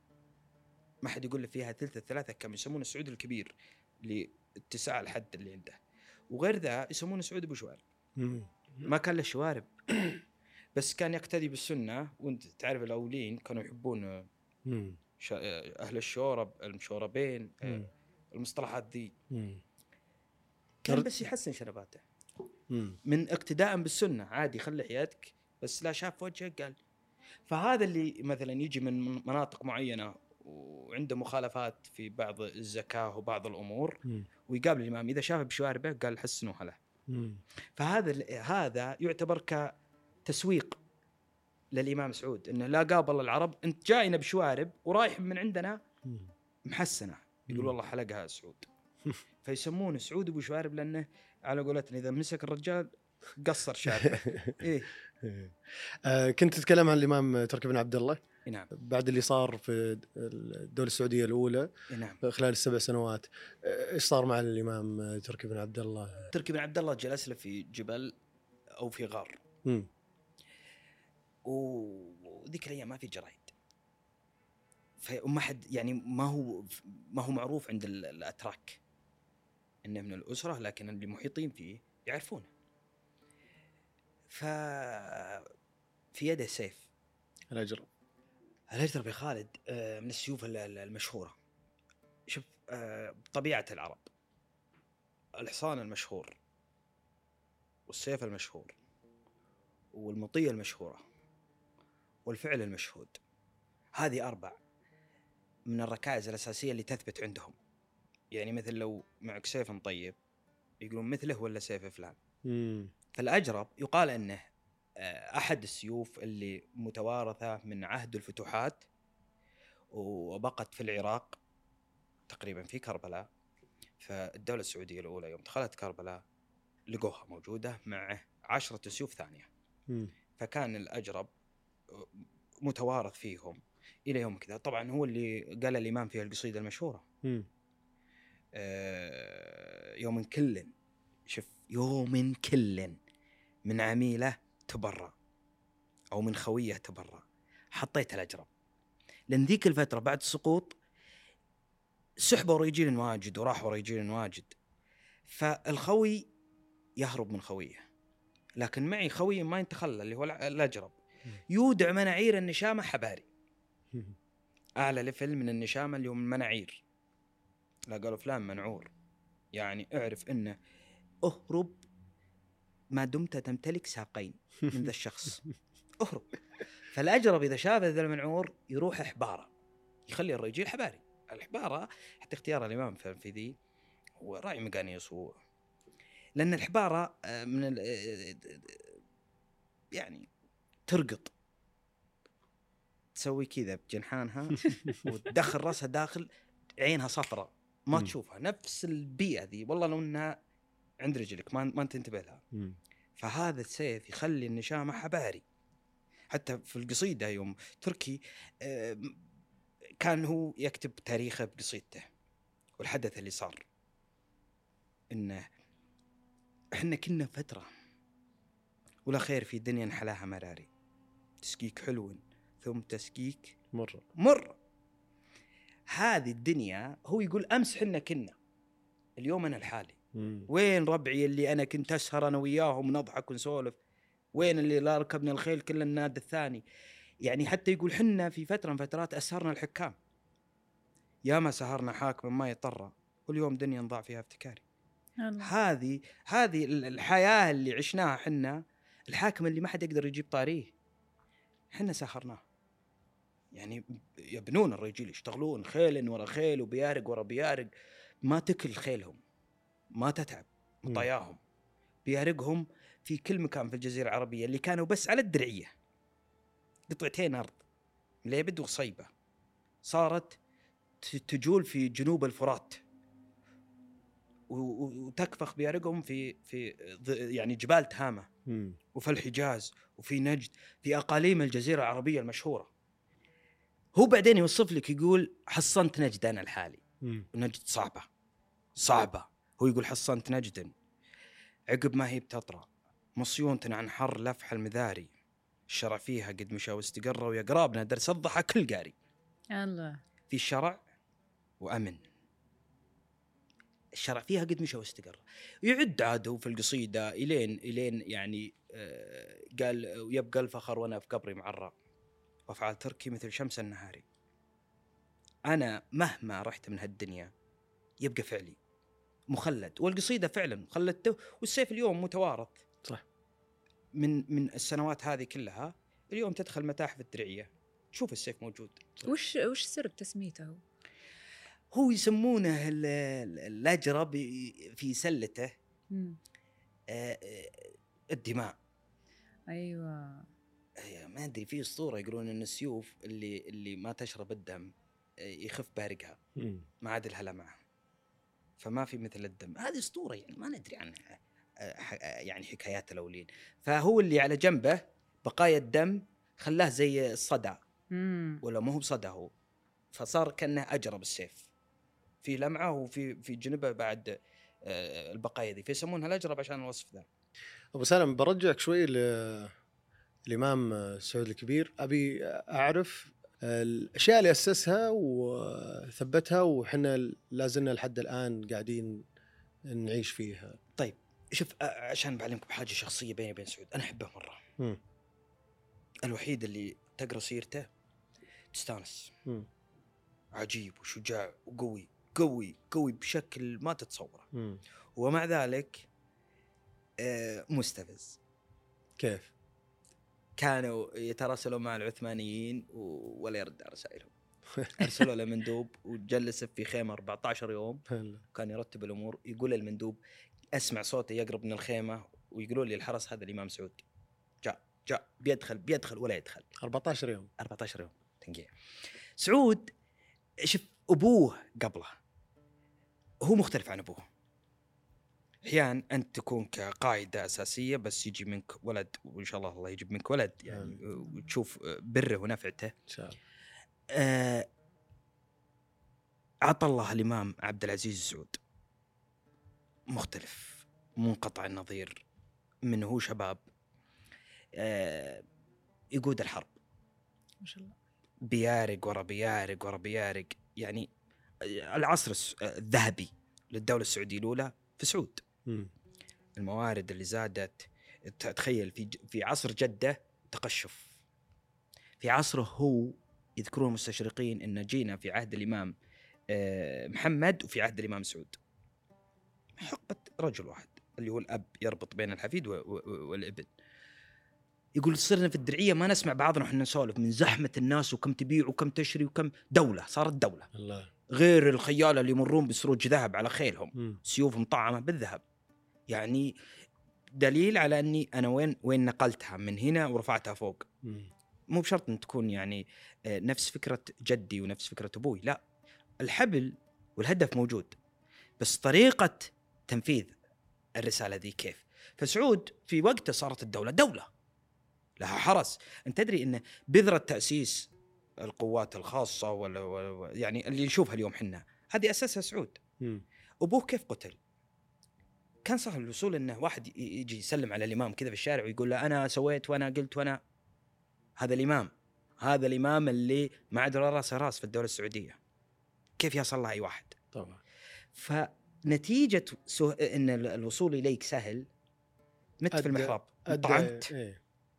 ما حد يقول فيها ثلث الثلاثة، كم يسمونه السعود الكبير لاتساع الحد اللي عنده. وغير ذا يسمونه سعود أبو شوارب. ما كان له شوارب بس كان يقتدي بالسنة. وانت تعرف الأولين كانوا يحبون م. أهل الشورب، المشوربين، م. المصطلحات ذي. م. كان بس يحسن شنباته م. من اقتداء بالسنة. عادي خلي حياتك، بس لا شاف وجهه قال. فهذا اللي مثلا يجي من مناطق معينة وعنده مخالفات في بعض الزكاة وبعض الأمور م. ويقابل الإمام، إذا شافه بشواربه قال حسنوها له. م. فهذا هذا يعتبر كتسويق للإمام سعود، إنه لا قابل العرب، أنت جاينا بشوارب ورايح من عندنا م. محسنة، يقول والله حلقها سعود. فيسمونه سعود أبو شوارب، لأنه على قولتنا إذا مسك الرجال قصر شاربه. إيه. آه كنت تتكلم عن الإمام تركي بن عبد الله. نعم. بعد اللي صار في الدولة السعودية الأولى. نعم. خلال السبع سنوات إيش صار مع الإمام تركي بن عبد الله؟ تركي بن عبد الله جلس له في جبل أو في غار. م. وذيك الأيام ما في جرايد، فما حد يعني ما هو ما هو معروف عند الأتراك إنه من الأسرة، لكن اللي محيطين فيه يعرفونه. ففي يده سيف الأجرب. الأجرب يا خالد من السيوف المشهورة. شوف طبيعة العرب، الحصان المشهور والسيف المشهور والمطية المشهورة والفعل المشهود. هذه أربع من الركائز الأساسية اللي تثبت عندهم. يعني مثل لو معك سيف طيب يقولون مثله ولا سيف فلان. مم. فالأجرب يقال أنه أحد السيوف اللي متوارثة من عهد الفتوحات وبقت في العراق تقريبا في كربلاء. فالدولة السعودية الأولى يوم دخلت كربلاء لقوها موجودة مع عشرة سيوف ثانية. مم. فكان الأجرب متوارث فيهم إلى يوم كذا. طبعا هو اللي قال الإمام فيها القصيدة المشهورة مم. آه يوم كل شوف يوم كل من عميله تبرأ أو من خويه تبرأ. حطيت الأجرب لأن ذيك الفترة بعد السقوط سحبوا رجال واجد وراحوا رجال واجد. فالخوي يهرب من خويه، لكن معي خوي ما يتخلى اللي هو الأجرب يودع مناعير النشامة حباري. أعلى ليفل من النشامة اللي هو من المناعير. لا قالوا فلان منعور، يعني اعرف إنه أهرب ما دمت تمتلك ساقين من ذا الشخص. أهرب. فالأجرب إذا شاف ذا المنعور يروح إحبارة، يخلي الرجال حباري. الإحبارة حتى اختيار الإمام في ذي هو راعي مقانيس هو، لأن الحبارة من يعني ترقط، تسوي كذا بجنحانها وتدخل رأسها داخل، عينها صفراء ما تشوفها، نفس البيئة ذي والله لو أنها عند رجلك ما ما تنتبه لها. فهذا السيف يخلي النشامة حباري. حتى في القصيدة يوم تركي كان هو يكتب تاريخه بقصيدته والحدث اللي صار، إنه إحنا كنا فترة ولا خير في الدنيا نحلاها مراري، تسقيك حلو ثم تسقيك مرة مرة. هذه الدنيا هو يقول أمس حنا كنا، اليوم أنا الحالي. مم. وين ربعي اللي أنا كنت أسهر أنا وياهم نضحك ونسولف؟ وين اللي لا ركبنا الخيل كل الناد الثاني؟ يعني حتى يقول حنا في فترة من فترات أسهرنا الحكام، يا ما سهرنا حاكم ما يطرى، واليوم دنيا نضاع فيها افتكاري. هذه هذه الحياة اللي عشناها حنا، الحاكم اللي ما حد يقدر يجيب طاريه حنا سهرناه. يعني يبنون الرجال يشتغلون خيل ورا خيل وبيارق ورا بيارق، ما تكل خيلهم ما تتعب مطاياهم، بيارقهم في كل مكان في الجزيرة العربية اللي كانوا بس على الدرعية قطعتين أرض ليبد وصيبة، صارت تجول في جنوب الفرات وتكفخ بيارقهم في في يعني جبال تهامة وفي الحجاز وفي نجد، في أقاليم الجزيرة العربية المشهورة. هو بعدين يوصف لك يقول حصنت نجد أنا الحالي، ونجد صعبة صعبة. هو يقول حصنت نجد عقب ما هي بتطرى، مصيونة عن حر لفح المذاري، الشرع فيها قد مشى واستقر، ويا قرابنا درس الضحى كل قاري. الله في الشرع وأمن، الشرع فيها قد مشى واستقر. يعد عاده في القصيدة إلين إلين يعني آه قال يبقى الفخر وأنا في قبري معرى، وأفعال تركي مثل شمس النهاري. أنا مهما رحت من هالدنيا يبقى فعلي مخلد، والقصيدة فعلا خلدته. والسيف اليوم متوارث صح من من السنوات هذه كلها. اليوم تدخل متاحف الدرعية تشوف السيف موجود. وش وش سر تسميته؟ هو يسمونه الأجرب في سلته الدماء. أيوة ما أدري، في أسطورة يقولون إن السيوف اللي اللي ما تشرب الدم يخف بارقها ما عاد لها لمعة، فما في مثل الدم. هذه أسطورة يعني ما ندري عنها يعني حكايات الأولين. فهو اللي على جنبه بقايا الدم خلاه زي الصدى ولا مو بصدى هو، فصار كأنه أجرب السيف في لمعة وفي في جنبه بعد البقايا ذي، فيسمونها الأجرب عشان الوصف ذا. أبو سالم برجعك شوي للإمام السعود الكبير. أبي أعرف الأشياء اللي أسسها وثبتها وحنا لازلنا لحد الآن قاعدين نعيش فيها. طيب شوف، عشان بعلمك بحاجة شخصية بيني وبين سعود، أنا أحبه مرة. م. الوحيد اللي تقرأ سيرته تستانس. م. عجيب وشجاع وقوي قوي قوي بشكل ما تتصوره. م. ومع ذلك آه مستفز. كيف؟ كانوا يتراسلوا مع العثمانيين ولا يرد على رسائلهم. أرسلوا له مندوب وجلسه في خيمة أربعة عشر يوم، كان يرتب الأمور. يقول المندوب أسمع صوته يقرب من الخيمة ويقولوا لي الحرس هذا الإمام سعود جاء جاء بيدخل بيدخل ولا يدخل. أربعة عشر يوم أربعة عشر يوم تنقيع. سعود شوف أبوه قبله هو مختلف عن أبوه. أحيان أنت تكون كقاعدة أساسية بس يجي منك ولد، وإن شاء الله الله يجيب منك ولد يعني وتشوف بره ونفعته إن شاء الله. آه عطى الله الإمام عبد العزيز السعود مختلف منقطع النظير من هو شباب آه يقود الحرب ما شاء الله، بيارق ورا بيارق ورا بيارق. يعني العصر الذهبي للدولة السعودية الأولى في سعود. م. الموارد اللي زادت، تخيل في في عصر جدة تقشف، في عصره هو يذكرون المستشرقين إن جينا في عهد الإمام محمد وفي عهد الإمام سعود حقبة رجل واحد اللي هو الأب يربط بين الحفيد والابن. يقول صرنا في الدرعية ما نسمع بعضنا وحنا نسولف من زحمة الناس وكم تبيع وكم تشري وكم دولة، صارت دولة الله. غير الخيالة اللي يمرون بسروج ذهب على خيلهم م. سيوف مطعمة بالذهب. يعني دليل على أني أنا وين وين نقلتها من هنا ورفعتها فوق. م. مو بشرط أن تكون يعني نفس فكرة جدي ونفس فكرة أبوي، لا، الحبل والهدف موجود بس طريقة تنفيذ الرسالة ذي كيف. فسعود في وقته صارت الدولة دولة لها حرس. أنت تدري أن بذرة تأسيس القوات الخاصة ولا, ولا يعني اللي نشوفها اليوم حنا هذه أساسها سعود. م. أبوه كيف قتل؟ كان سهل الوصول أنه واحد يجي يسلم على الإمام كذا في الشارع ويقول له أنا سويت وأنا قلت وأنا. هذا الإمام هذا الإمام اللي ما عاد راس راس في الدولة السعودية، كيف يصل له أي واحد؟ طبعا. فنتيجة سه... أن الوصول إليك سهل مت في المحراب طعنت. إيه.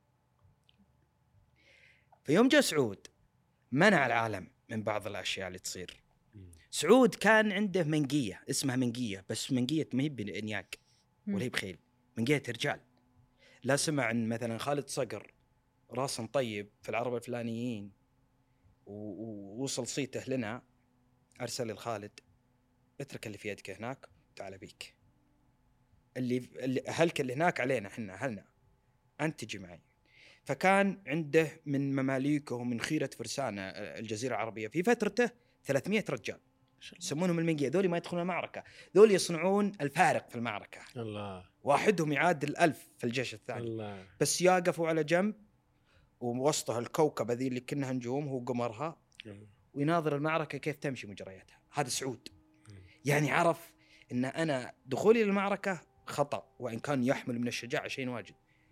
في يوم جاء سعود منع العالم من بعض الأشياء اللي تصير. سعود كان عنده منقية اسمها منقية، بس منقية ما هي بإنياق ولا هي بخيل، منقية رجال. لا سمع عن مثلا خالد صقر راس طيب في العرب الفلانيين ووصل صيته لنا، أرسل الخالد اترك اللي في يدك هناك تعال بيك، اللي, اللي هلك اللي هناك علينا حنا هلنا أنت تجي معي. فكان عنده من مماليكه ومن خيرة فرسانة الجزيرة العربية في فترته ثلاثمائة رجال يسمونهم المنقية. ذولي ما يدخلون المعركة، ذولي يصنعون الفارق في المعركة. الله. واحدهم يعادل الألف في الجيش الثاني. الله. بس يقفوا على جنب ووسطها الكوكب ذي اللي كنها نجوم هو قمرها ويناظر المعركة كيف تمشي مجرياتها. هذا سعود. يعني عرف إن أنا دخولي للمعركة خطأ وإن كان يحمل من الشجاعة شيء واجد.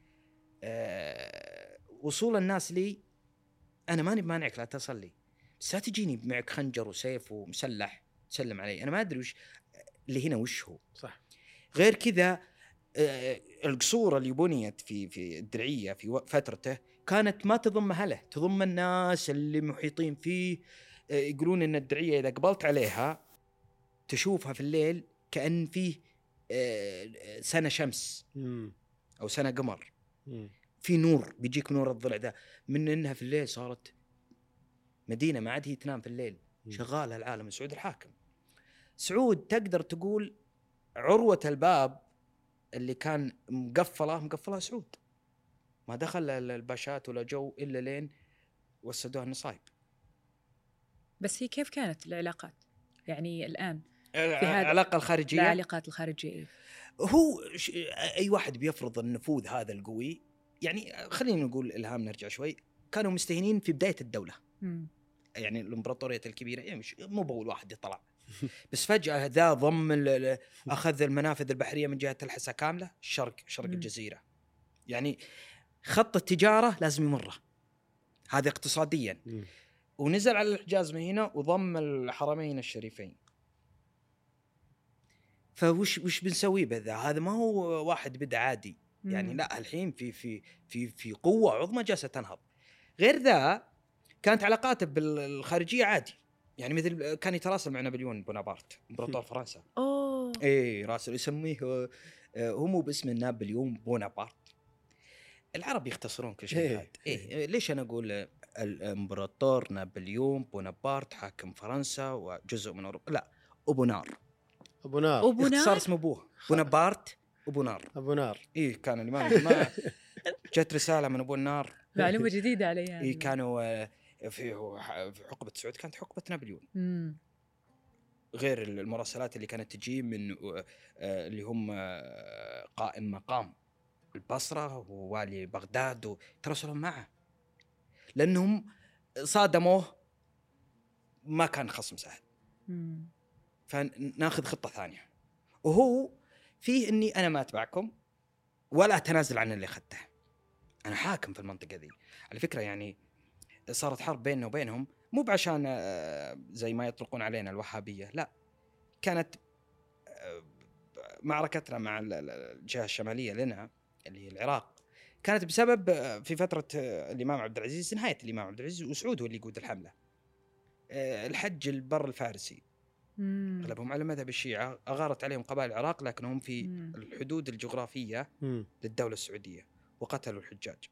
أه وصول الناس لي أنا ماني بمانعك لا تصل لي، بس لا تجيني معك خنجر وسيف ومسلح تسلم علي، أنا ما أدري وش اللي هنا وش هو. صح. غير كذا أه القصور اللي بنيت في في الدرعية في فترته كانت ما تضم أهله، تضم الناس اللي محيطين فيه. أه يقولون إن الدرعية إذا قبلت عليها تشوفها في الليل كأن فيه أه سنة شمس م. أو سنة قمر م. في نور بيجيك نور الضلع ده، من إنها في الليل صارت مدينة ما عاد هي تنام في الليل م. شغالة العالم. سعود الحاكم. سعود تقدر تقول عروة الباب اللي كان مقفلة مقفلة سعود، ما دخل الباشات ولا جو إلا لين وسدوها النصايب. بس هي كيف كانت العلاقات يعني الآن في هذه العلاقة الخارجية؟ العلاقات الخارجية هو أي واحد بيفرض النفوذ هذا القوي. يعني خلينا نقول إلهام نرجع شوي، كانوا مستهينين في بداية الدولة م. يعني الإمبراطورية الكبيرة يعني مش مو بأول واحد يطلع بس فجأة ذا ضم أخذ المنافذ البحرية من جهة الحسا كاملة الشرق شرق م. الجزيرة. يعني خط التجارة لازم يمره هذا اقتصاديا م. ونزل على الحجاز من هنا وضم الحرمين الشريفين. فوش وش بنسوي بذا؟ هذا ما هو واحد بدأ عادي يعني م. لا الحين في في في في قوة عظمى جالسة تنهض. غير ذا كانت علاقاته بالخارجية عادي، يعني مثل كان يتراسل مع نابليون بونابرت امبراطور فرنسا. اوه ايه راسل يسميه هو مو باسم نابليون بونابرت. العرب يختصرون كل شيء. إيه. هاد. إيه ليش أنا أقول الإمبراطور نابليون بونابرت حاكم فرنسا وجزء من أوروبا؟ لا، أبو نار. ابو نار. أبو اختصار نار. اسم أبوه بونابرت أبو نار. ابو نار. إيه كان الإمام ما جت رسالة من أبو النار. معلومة جديدة علي هذه. إيه كانوا آه، في في حقبة سعود كانت حقبة نابليون. مم. غير المراسلات اللي كانت تجي من آه، اللي هم آه، قائم مقام البصرة ووالي بغداد وتراسلوا معه لأنهم صادموه، ما كان خصم سهل. مم. فناخذ خطة ثانية، وهو فيه إني أنا ما أتبعكم ولا أتنازل عن اللي أخذته، أنا حاكم في المنطقة ذي. على فكرة يعني صارت حرب بيننا وبينهم مو بعشان آه، زي ما يطلقون علينا الوهابية، لا، كانت آه، معركتنا مع الجهة الشمالية لنا اللي هي العراق كانت بسبب آه، في فترة آه، الإمام عبد العزيز، نهاية الإمام عبد العزيز، وسعود هو اللي يقود الحملة. آه، الحج البر الفارسي مم. غلبهم على مذهب الشيعة، أغارت عليهم قبائل العراق لكنهم في مم. الحدود الجغرافية مم. للدولة السعودية وقتلوا الحجاج.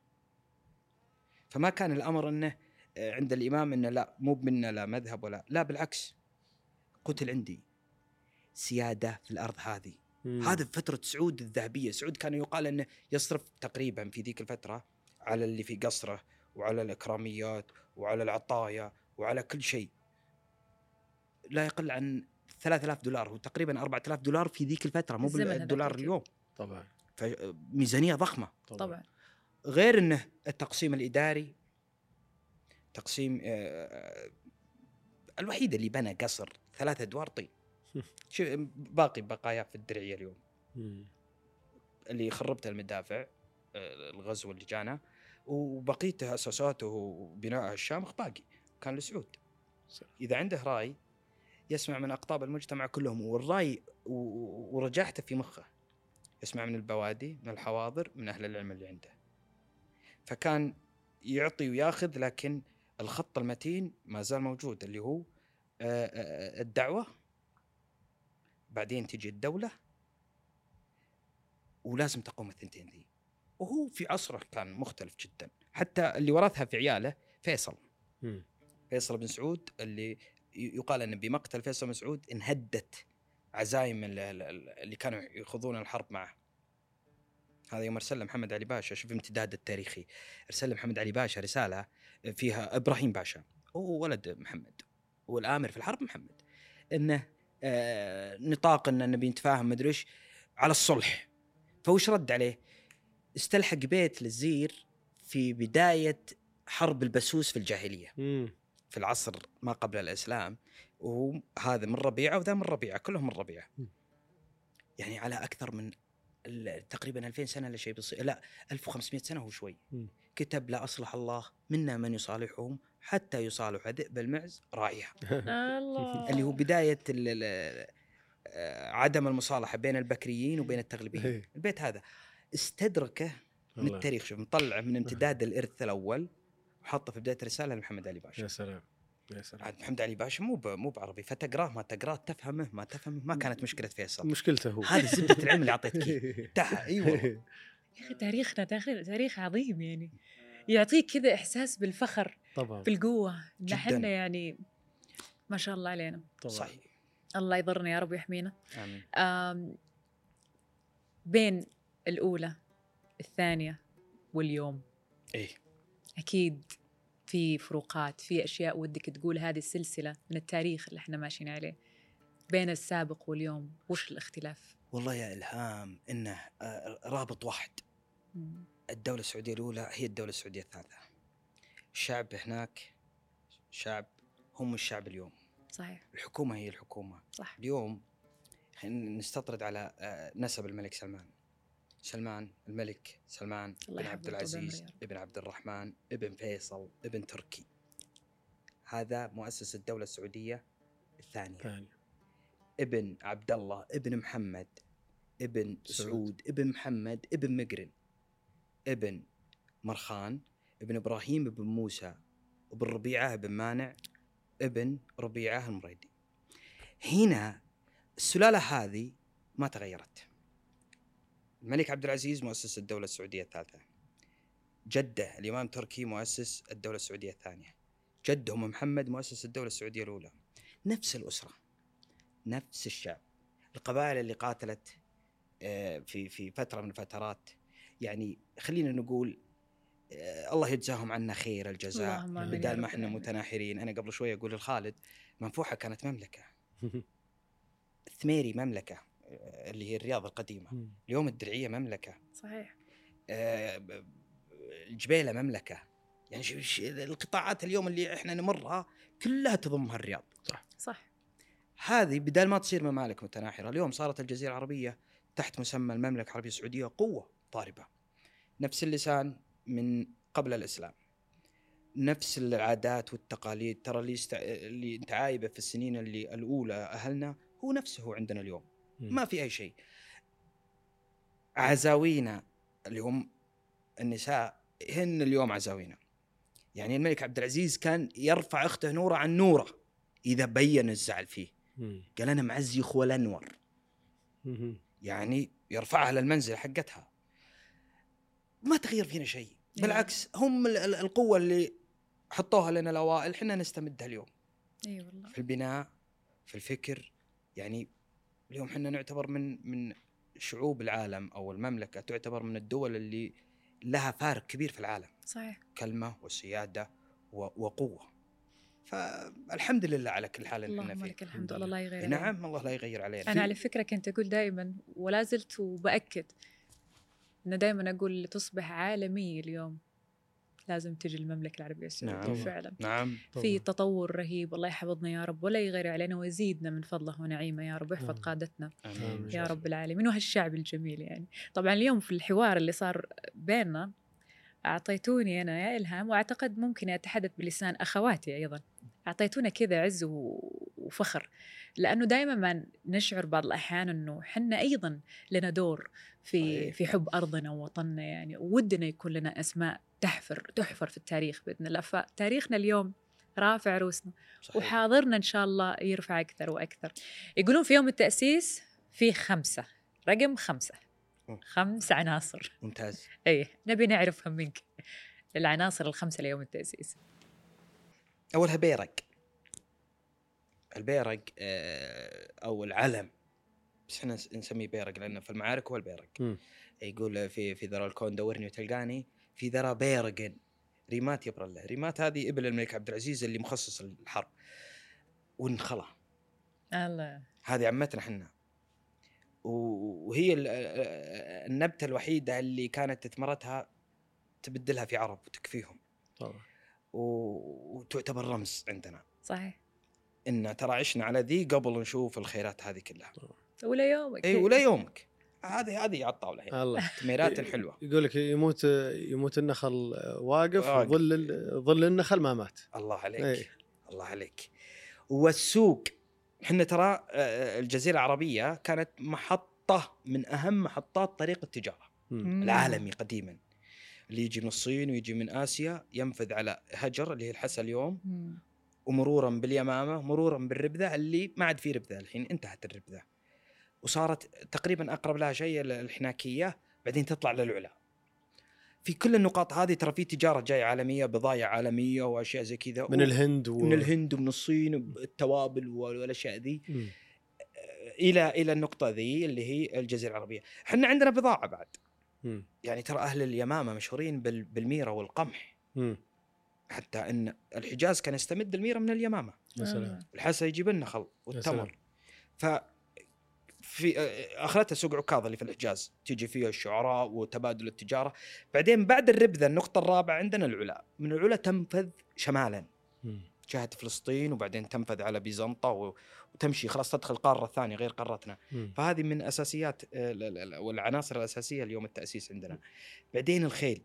فما كان الأمر أنه آه، عند الإمام أنه لا مو منا لا مذهب ولا لا، بالعكس قتل عندي سيادة في الأرض هذه. مم. هذا فترة سعود الذهبية. سعود كان يقال أنه يصرف تقريبا في ذيك الفترة على اللي في قصره وعلى الإكراميات وعلى العطايا وعلى كل شيء لا يقل عن ثلاثة آلاف دولار، هو تقريبا أربعة آلاف دولار في ذيك الفترة، مو الزمن هذاك بالدولار أكيد. اليوم. طبعا. فميزانية ضخمة طبعا. غير أنه التقسيم الإداري، تقسيم آه، الوحيد اللي بنى قصر ثلاثة أدوار طين. شوف باقي بقايا في الدرعية اليوم مم. اللي خربت المدافع آه، الغزو اللي جانا، وبقيته أساساته وبناء الشام باقي كان لسعود. إذا عنده رأي يسمع من أقطاب المجتمع كلهم، والرأي و- ورجاحته في مخه، يسمع من البوادي، من الحواضر، من أهل العلم اللي عنده. فكان يعطي وياخذ، لكن الخط المتين ما زال موجود اللي هو آه، آه، الدعوة، بعدين تجي الدولة، ولازم تقوم الثنتين ذي. وهو في عصره كان مختلف جدا، حتى اللي ورثها في عياله فيصل. مم. فيصل بن سعود اللي يقال أن بمقتل فيصل بن سعود انهدت عزائم اللي كانوا يخوضون الحرب معه. هذا يوم أرسل محمد علي باشا، شوف امتداد التاريخي، أرسل محمد علي باشا رسالة فيها إبراهيم باشا هو ولد محمد والآمر في الحرب محمد، إنه آه نطاق إن النبي نتفاهم مدريش على الصلح. فوش رد عليه؟ استلحق بيت للزير في بداية حرب البسوس في الجاهلية، مم. في العصر ما قبل الإسلام، وهذا من ربيعة وذا من ربيعة، كلهم من ربيعة، يعني على أكثر من تقريبا ألفين سنة لا شيء بسيط، لا ألف وخمسمائة سنة هو شوي. م. كتب لا أصلح الله منا من يصالحهم حتى يصالح ذئب المعز راعيها. الله. اللي هو بداية ال ال عدم المصالحة بين البكريين وبين التغلبيين. البيت هذا استدركه من الله. التاريخ، شوف مطلع من امتداد الإرث الأول وحطه في بداية رسالة لمحمد علي باشا. يا سلام يا سلام. عاد محمد علي باشا مو مو بعربي، فتقراه ما تقراه تفهمه ما تفهمه، ما كانت مشكلة فيصل، مشكلته هو. هذه زبدة العلم اللي أعطيتك تحت. أي والله يا أخي تاريخنا تاريخ تاريخ عظيم، يعني يعطيك كذا إحساس بالفخر طبعا بالقوة. جداً. نحن يعني ما شاء الله علينا. طبعا. صحيح. الله يضرنا يا رب ويحمينا. آمين. آم، بين الأولى الثانية واليوم إيه أكيد في فروقات، في أشياء ودك تقول هذه السلسلة من التاريخ اللي احنا ماشيين عليه بين السابق واليوم، وش الاختلاف؟ والله يا إلهام إنه آه، رابط واحد. مم. الدولة السعودية الأولى هي الدولة السعودية الثالثة. الشعب هناك شعب هم الشعب اليوم. صحيح. الحكومة هي الحكومة. صح. اليوم نستطرد على آه، نسب الملك سلمان. سلمان الملك سلمان الله بن عبد يحفظه العزيز ويبارك. ابن عبد الرحمن ابن فيصل ابن تركي، هذا مؤسس الدولة السعودية الثانية. ثاني. ابن عبد الله ابن محمد ابن سعود. سعود ابن محمد ابن مقرن ابن مرخان ابن إبراهيم ابن موسى ابن ربيعة ابن مانع ابن ربيعة المريدي. هنا السلالة هذه ما تغيرت. الملك عبد العزيز مؤسس الدولة السعودية الثالثة، جده الإمام تركي مؤسس الدولة السعودية الثانية، جدهم محمد مؤسس الدولة السعودية الأولى. نفس الأسرة، نفس الشعب، القبائل اللي قاتلت في في فترة من الفترات. يعني خلينا نقول الله يجزاهم عنا خير الجزاء، بدال ما احنا متناحرين. أنا قبل شوية أقول الخالد منفوحة كانت مملكة، الثميري مملكة اللي هي الرياض القديمة، اليوم الدرعية مملكة، صحيح، الجبيلة مملكة. يعني القطاعات اليوم اللي احنا نمرها كلها تضمها الرياض. صح صح. هذه بدال ما تصير ممالك متناحرة، اليوم صارت الجزيرة العربية تحت مسمى المملكة العربية السعودية قوة ضاربة. نفس اللسان من قبل الإسلام، نفس العادات والتقاليد. ترى اللي, است... اللي انت عايبه في السنين اللي الأولى أهلنا هو نفسه عندنا اليوم. م. ما في أي شيء. عزاوينا اليوم النساء هن اليوم عزاوينا. يعني الملك عبد العزيز كان يرفع أخته نورة عن نورة إذا بين الزعل فيه. م. قال أنا معزي أخوة الأنور. م. يعني يرفعها للمنزل حقتها. ما تغير فينا شيء، بالعكس هم القوة اللي حطوها لنا الأوائل حنا نستمدها اليوم. أي أيوة والله. في البناء، في الفكر. يعني اليوم حنا نعتبر من من شعوب العالم، أو المملكة تعتبر من الدول اللي لها فارق كبير في العالم. صحيح. كلمة وسيادة وقوة. فالحمد لله على كل حال اللي احنا فيه. لك الحمد لله، الله يغير. نعم الله لا يغير علينا. أنا على فكرة كنت أقول دائما ولا زلت وبأكد أنا دائما أقول تصبح عالمية اليوم لازم تجي المملكة العربية السعودية. نعم. فعلا نعم. في تطور رهيب. الله يحفظنا يا رب ولا يغير علينا ويزيدنا من فضله ونعيمه يا رب، ويحفظ قادتنا آمين. يا رب العالمين وهالشعب الجميل. يعني طبعا اليوم في الحوار اللي صار بيننا أعطيتوني أنا يا إلهام، وأعتقد ممكن أتحدث بلسان أخواتي أيضا، أعطيتونا كذا عز وفخر، لأنه دائما ما نشعر بعض الأحيان أنه حنا أيضا لنا دور في في حب أرضنا ووطننا. يعني ودنا يكون لنا أسماء تحفر تحفر في التاريخ بإذن الله. فتاريخنا اليوم رافع روسنا. صحيح. وحاضرنا إن شاء الله يرفع أكثر وأكثر. يقولون في يوم التأسيس في خمسة، رقم خمسة، خمس عناصر. ممتاز. أيه نبي نعرفها منك، العناصر الخمسة ليوم التأسيس. أولها بيرق. البيرق أو العلم، بس إحنا نسميه بيرق لأنه في المعارك هو البيرق. م. يقول في في ذرى الكون دورني وتلقاني، في ذرى بيرق ريمات يبرى الله. ريمات هذه إبل الملك عبد العزيز اللي مخصص الحرب ونخلة. الله. هذه عمتنا حنا، وهي النبتة الوحيدة اللي كانت ثمرتها تبدلها في عرب وتكفيهم طبعا، وتعتبر رمز عندنا. صحيح. إن ترى عشنا على ذي قبل نشوف الخيرات هذه كلها. ولا يومك. أي ولا يومك. هذه هذه على الطاولة هنا. الله. تميرات الحلوة. يقول لك يموت يموت النخل واقف، ظل ظل النخل ما مات. الله عليك. أي. الله عليك. والسوق، إحنا ترى الجزيرة العربية كانت محطة من أهم محطات طريق التجارة م. العالمي قديما، اللي يجي من الصين ويجي من آسيا ينفذ على هجر اللي هي الحسا اليوم م. ومرورا باليمامة، مرورا بالربذة اللي ما عاد في ربذة الحين، انتهت الربذة وصارت تقريبا أقرب لها شيء الحناكية، بعدين تطلع للعلا. في كل النقاط هذه ترى في تجارة جاية عالمية، بضائع عالمية وأشياء زي كذا من و... الهند و... من الهند ومن الصين، التوابل والأشياء ذي م. إلى إلى النقطة ذي اللي هي الجزيرة العربية. حنا عندنا بضاعة بعد م. يعني ترى أهل اليمامة مشهورين بال... بالميرة والقمح م. حتى أن الحجاز كان يستمد الميرة من اليمامة مثلا، الحسا يجيب النخل والتمر. ف في أخرتها سوق عكاظ اللي في الحجاز تيجي فيها الشعراء وتبادل التجارة. بعدين بعد الربذة النقطة الرابعة عندنا العلا. من العلا تنفذ شمالا جهة فلسطين، وبعدين تنفذ على بيزنطة وتمشي خلاص تدخل قارة ثانية غير قارتنا. فهذه من أساسيات والعناصر الأساسية اليوم التأسيس عندنا. بعدين الخيل.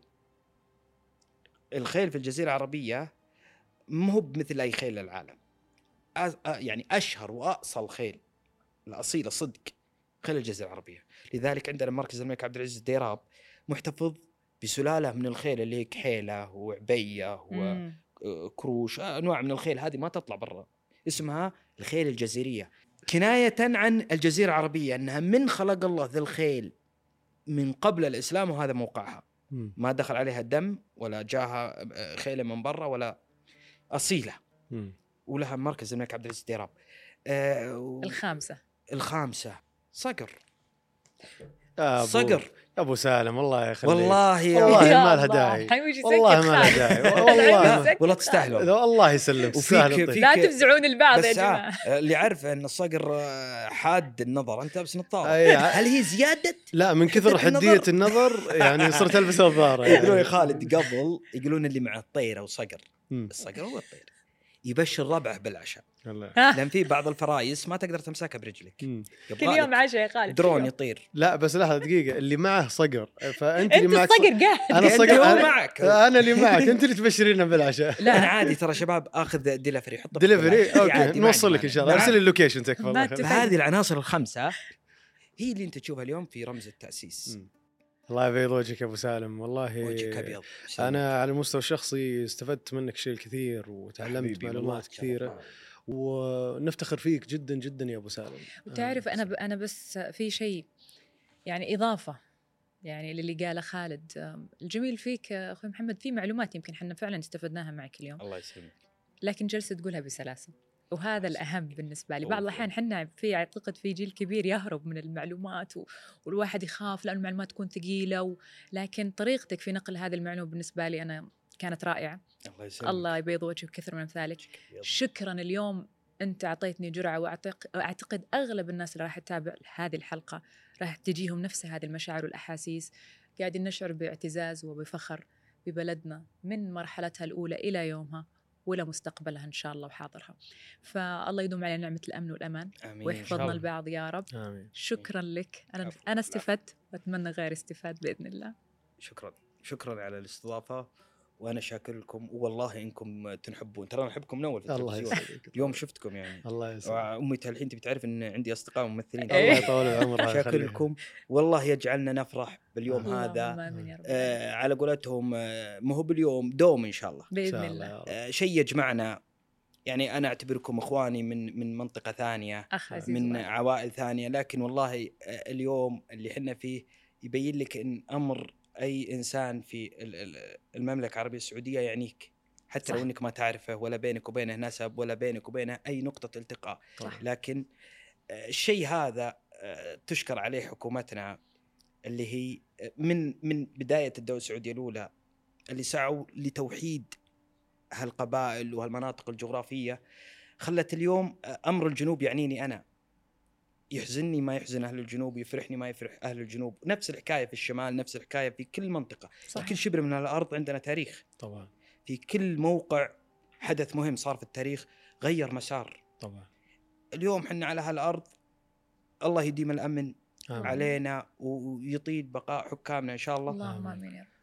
الخيل في الجزيرة العربية مو بمثل أي خيل للعالم، يعني أشهر وأصل خيل الأصيلة صدق خيل الجزيرة العربية. لذلك عندنا مركز الملك عبد العزيز الديراب محتفظ بسلالة من الخيل اللي هي كحيلة وعبية وكروش، أنواع من الخيل هذه ما تطلع برا، اسمها الخيل الجزيرية، كناية عن الجزيرة العربية أنها من خلق الله ذي الخيل من قبل الإسلام وهذا موقعها. مم. ما دخل عليها دم ولا جاها خيله من برا ولا اصيله، مم. ولها مركز الملك عبد العزيز الديراب. آه و... الخامسة الخامسة صقر. يا أبو- صقر يا ابو سالم الله يخليك. والله يا والله يا ما لها الله. داعي. حيوجي والله يسكت ما لها خالد. داعي. حيوجي والله ما- يسكت والله خالد. تستاهلون. لا، الله يسلمك. تستاهل وفيك الطيب. لا فيك تفزعون البعض يا بس جماعة. آه اللي عارفه ان الصقر آه، حاد النظر، انت لابس نظاره، أي ع- هل هي زياده؟ لا، من كثر حدة حديه النظر. النظر يعني صرت البس نظاره. يقولون يا يعني. خالد قبل يقولون اللي مع الطير او صقر، مم. الصقر هو الطير يبشر ربعه بالعشاء، والله. لان في بعض الفرايس ما تقدر تمسكها برجلك، مم. كل يوم عشاء يا خالد. درون كل يوم. يطير. لا بس لحظه دقيقه، اللي معه صقر فانت اللي انت معك الصقر قاعد. انا أنت الصقر هو أنا, معك. انا اللي معك، انت اللي تبشرينا بالعشاء. لا انا عادي ترى شباب، اخذ ديليفري حطه دليفري اوكي، عادي، نوصل ما لك ان عندي شاء الله. مانع. ارسل لي اللوكيشن تكفى. ما الله يخليك. اتفق. هذه العناصر الخمسه هي اللي انت تشوفها اليوم في رمز التاسيس. مم. الله يبيض وجهك يا ابو سالم. والله وجهك ابيض. انا على المستوى الشخصي استفدت منك شيء كثير وتعلمت حبيبي، معلومات والله كثيره، شرف. ونفتخر فيك جدا جدا يا ابو سالم. وتعرف انا ب... انا بس في شيء يعني اضافه يعني للي قاله خالد. أم، الجميل فيك يا اخوي محمد في معلومات يمكن احنا فعلا استفدناها معك اليوم، الله يسلمك. لكن جلسه تقولها بسلاسه، وهذا الاهم بالنسبه لي. بعض أوه. الاحيان احنا في اعتقد في جيل كبير يهرب من المعلومات و... والواحد يخاف لان المعلومات تكون ثقيله و... لكن طريقتك في نقل هذه المعلومه بالنسبه لي انا كانت رائعه. الله يسلمك. الله يبيض وجهك كثر من امثالك. شكرا اليوم انت اعطيتني جرعه، واعتقد اغلب الناس اللي راح تتابع هذه الحلقه راح تجيهم نفس هذه المشاعر والاحاسيس. قاعدين نشعر باعتزاز وبفخر ببلدنا من مرحلتها الاولى الى يومها والى مستقبلها ان شاء الله وحاضرها. فالله يدوم علينا نعمه الامن والامان آمين. ويحفظنا البعض يا رب. امين. شكرا لك. انا عفو. انا استفدت واتمنى غير استفاد باذن الله. شكرا شكرا على الاستضافه، وانا شاكر لكم، والله انكم تنحبون، ترى انا احبكم من اول في الله التلفزيون. يسعدك. اليوم شفتكم يعني. الله يسعدك. وامي الحين تبي تعرف ان عندي اصدقاء ممثلين. الله إيه. يطول العمر. الله شاكر يخليك. لكم، والله يجعلنا نفرح باليوم اللهم هذا. آمين يا رب. آه على قولتهم آه ما هو باليوم دوم ان شاء الله. إن باذن شاء الله. يا رب. آه شيء يجمعنا، يعني انا اعتبركم اخواني من من منطقه ثانيه، اخ عزيز من وغالي. عوائل ثانيه، لكن والله آه اليوم اللي حنا فيه يبين لك ان امر اي انسان في ال- ال- المملكه العربيه السعوديه يعنيك، حتى صح. لو انك ما تعرفه ولا بينك وبينه نسب ولا بينك وبينه اي نقطه التقاء. صح. لكن آه، الشيء هذا آه، تشكر عليه حكومتنا، اللي هي آه، من من بدايه الدوله السعوديه الاولى اللي سعوا لتوحيد هالقبائل وهالمناطق الجغرافيه، خلت اليوم آه، امر الجنوب يعنيني انا، يحزنني ما يحزن اهل الجنوب، يفرحني ما يفرح اهل الجنوب، نفس الحكايه في الشمال، نفس الحكايه في كل منطقه. صح. كل شبر من الارض عندنا تاريخ، طبعا في كل موقع حدث مهم صار في التاريخ غير مسار. طبعا. اليوم حنا على هالارض، الله يديم الامن آمين. علينا ويطيل بقاء حكامنا ان شاء الله. اللهم آمين. امين يا رب.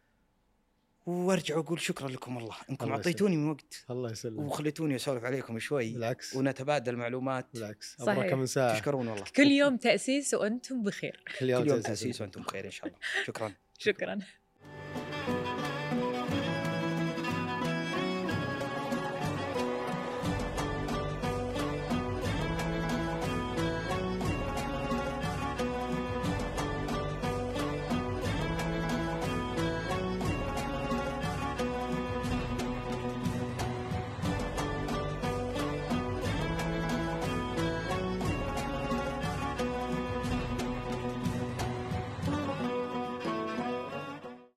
وارجع اقول شكرا لكم والله انكم الله اعطيتوني من وقت الله يسلمك. وخليتوني اسولف عليكم شوي، بالعكس. ونتبادل معلومات. بالعكس. صحيح. ابرك من ساعه. تشكرون والله. كل يوم تأسيس وأنتم بخير. كل يوم كل يوم تأسيس. تأسيس وانتم بخير ان شاء الله. شكرا. شكرا.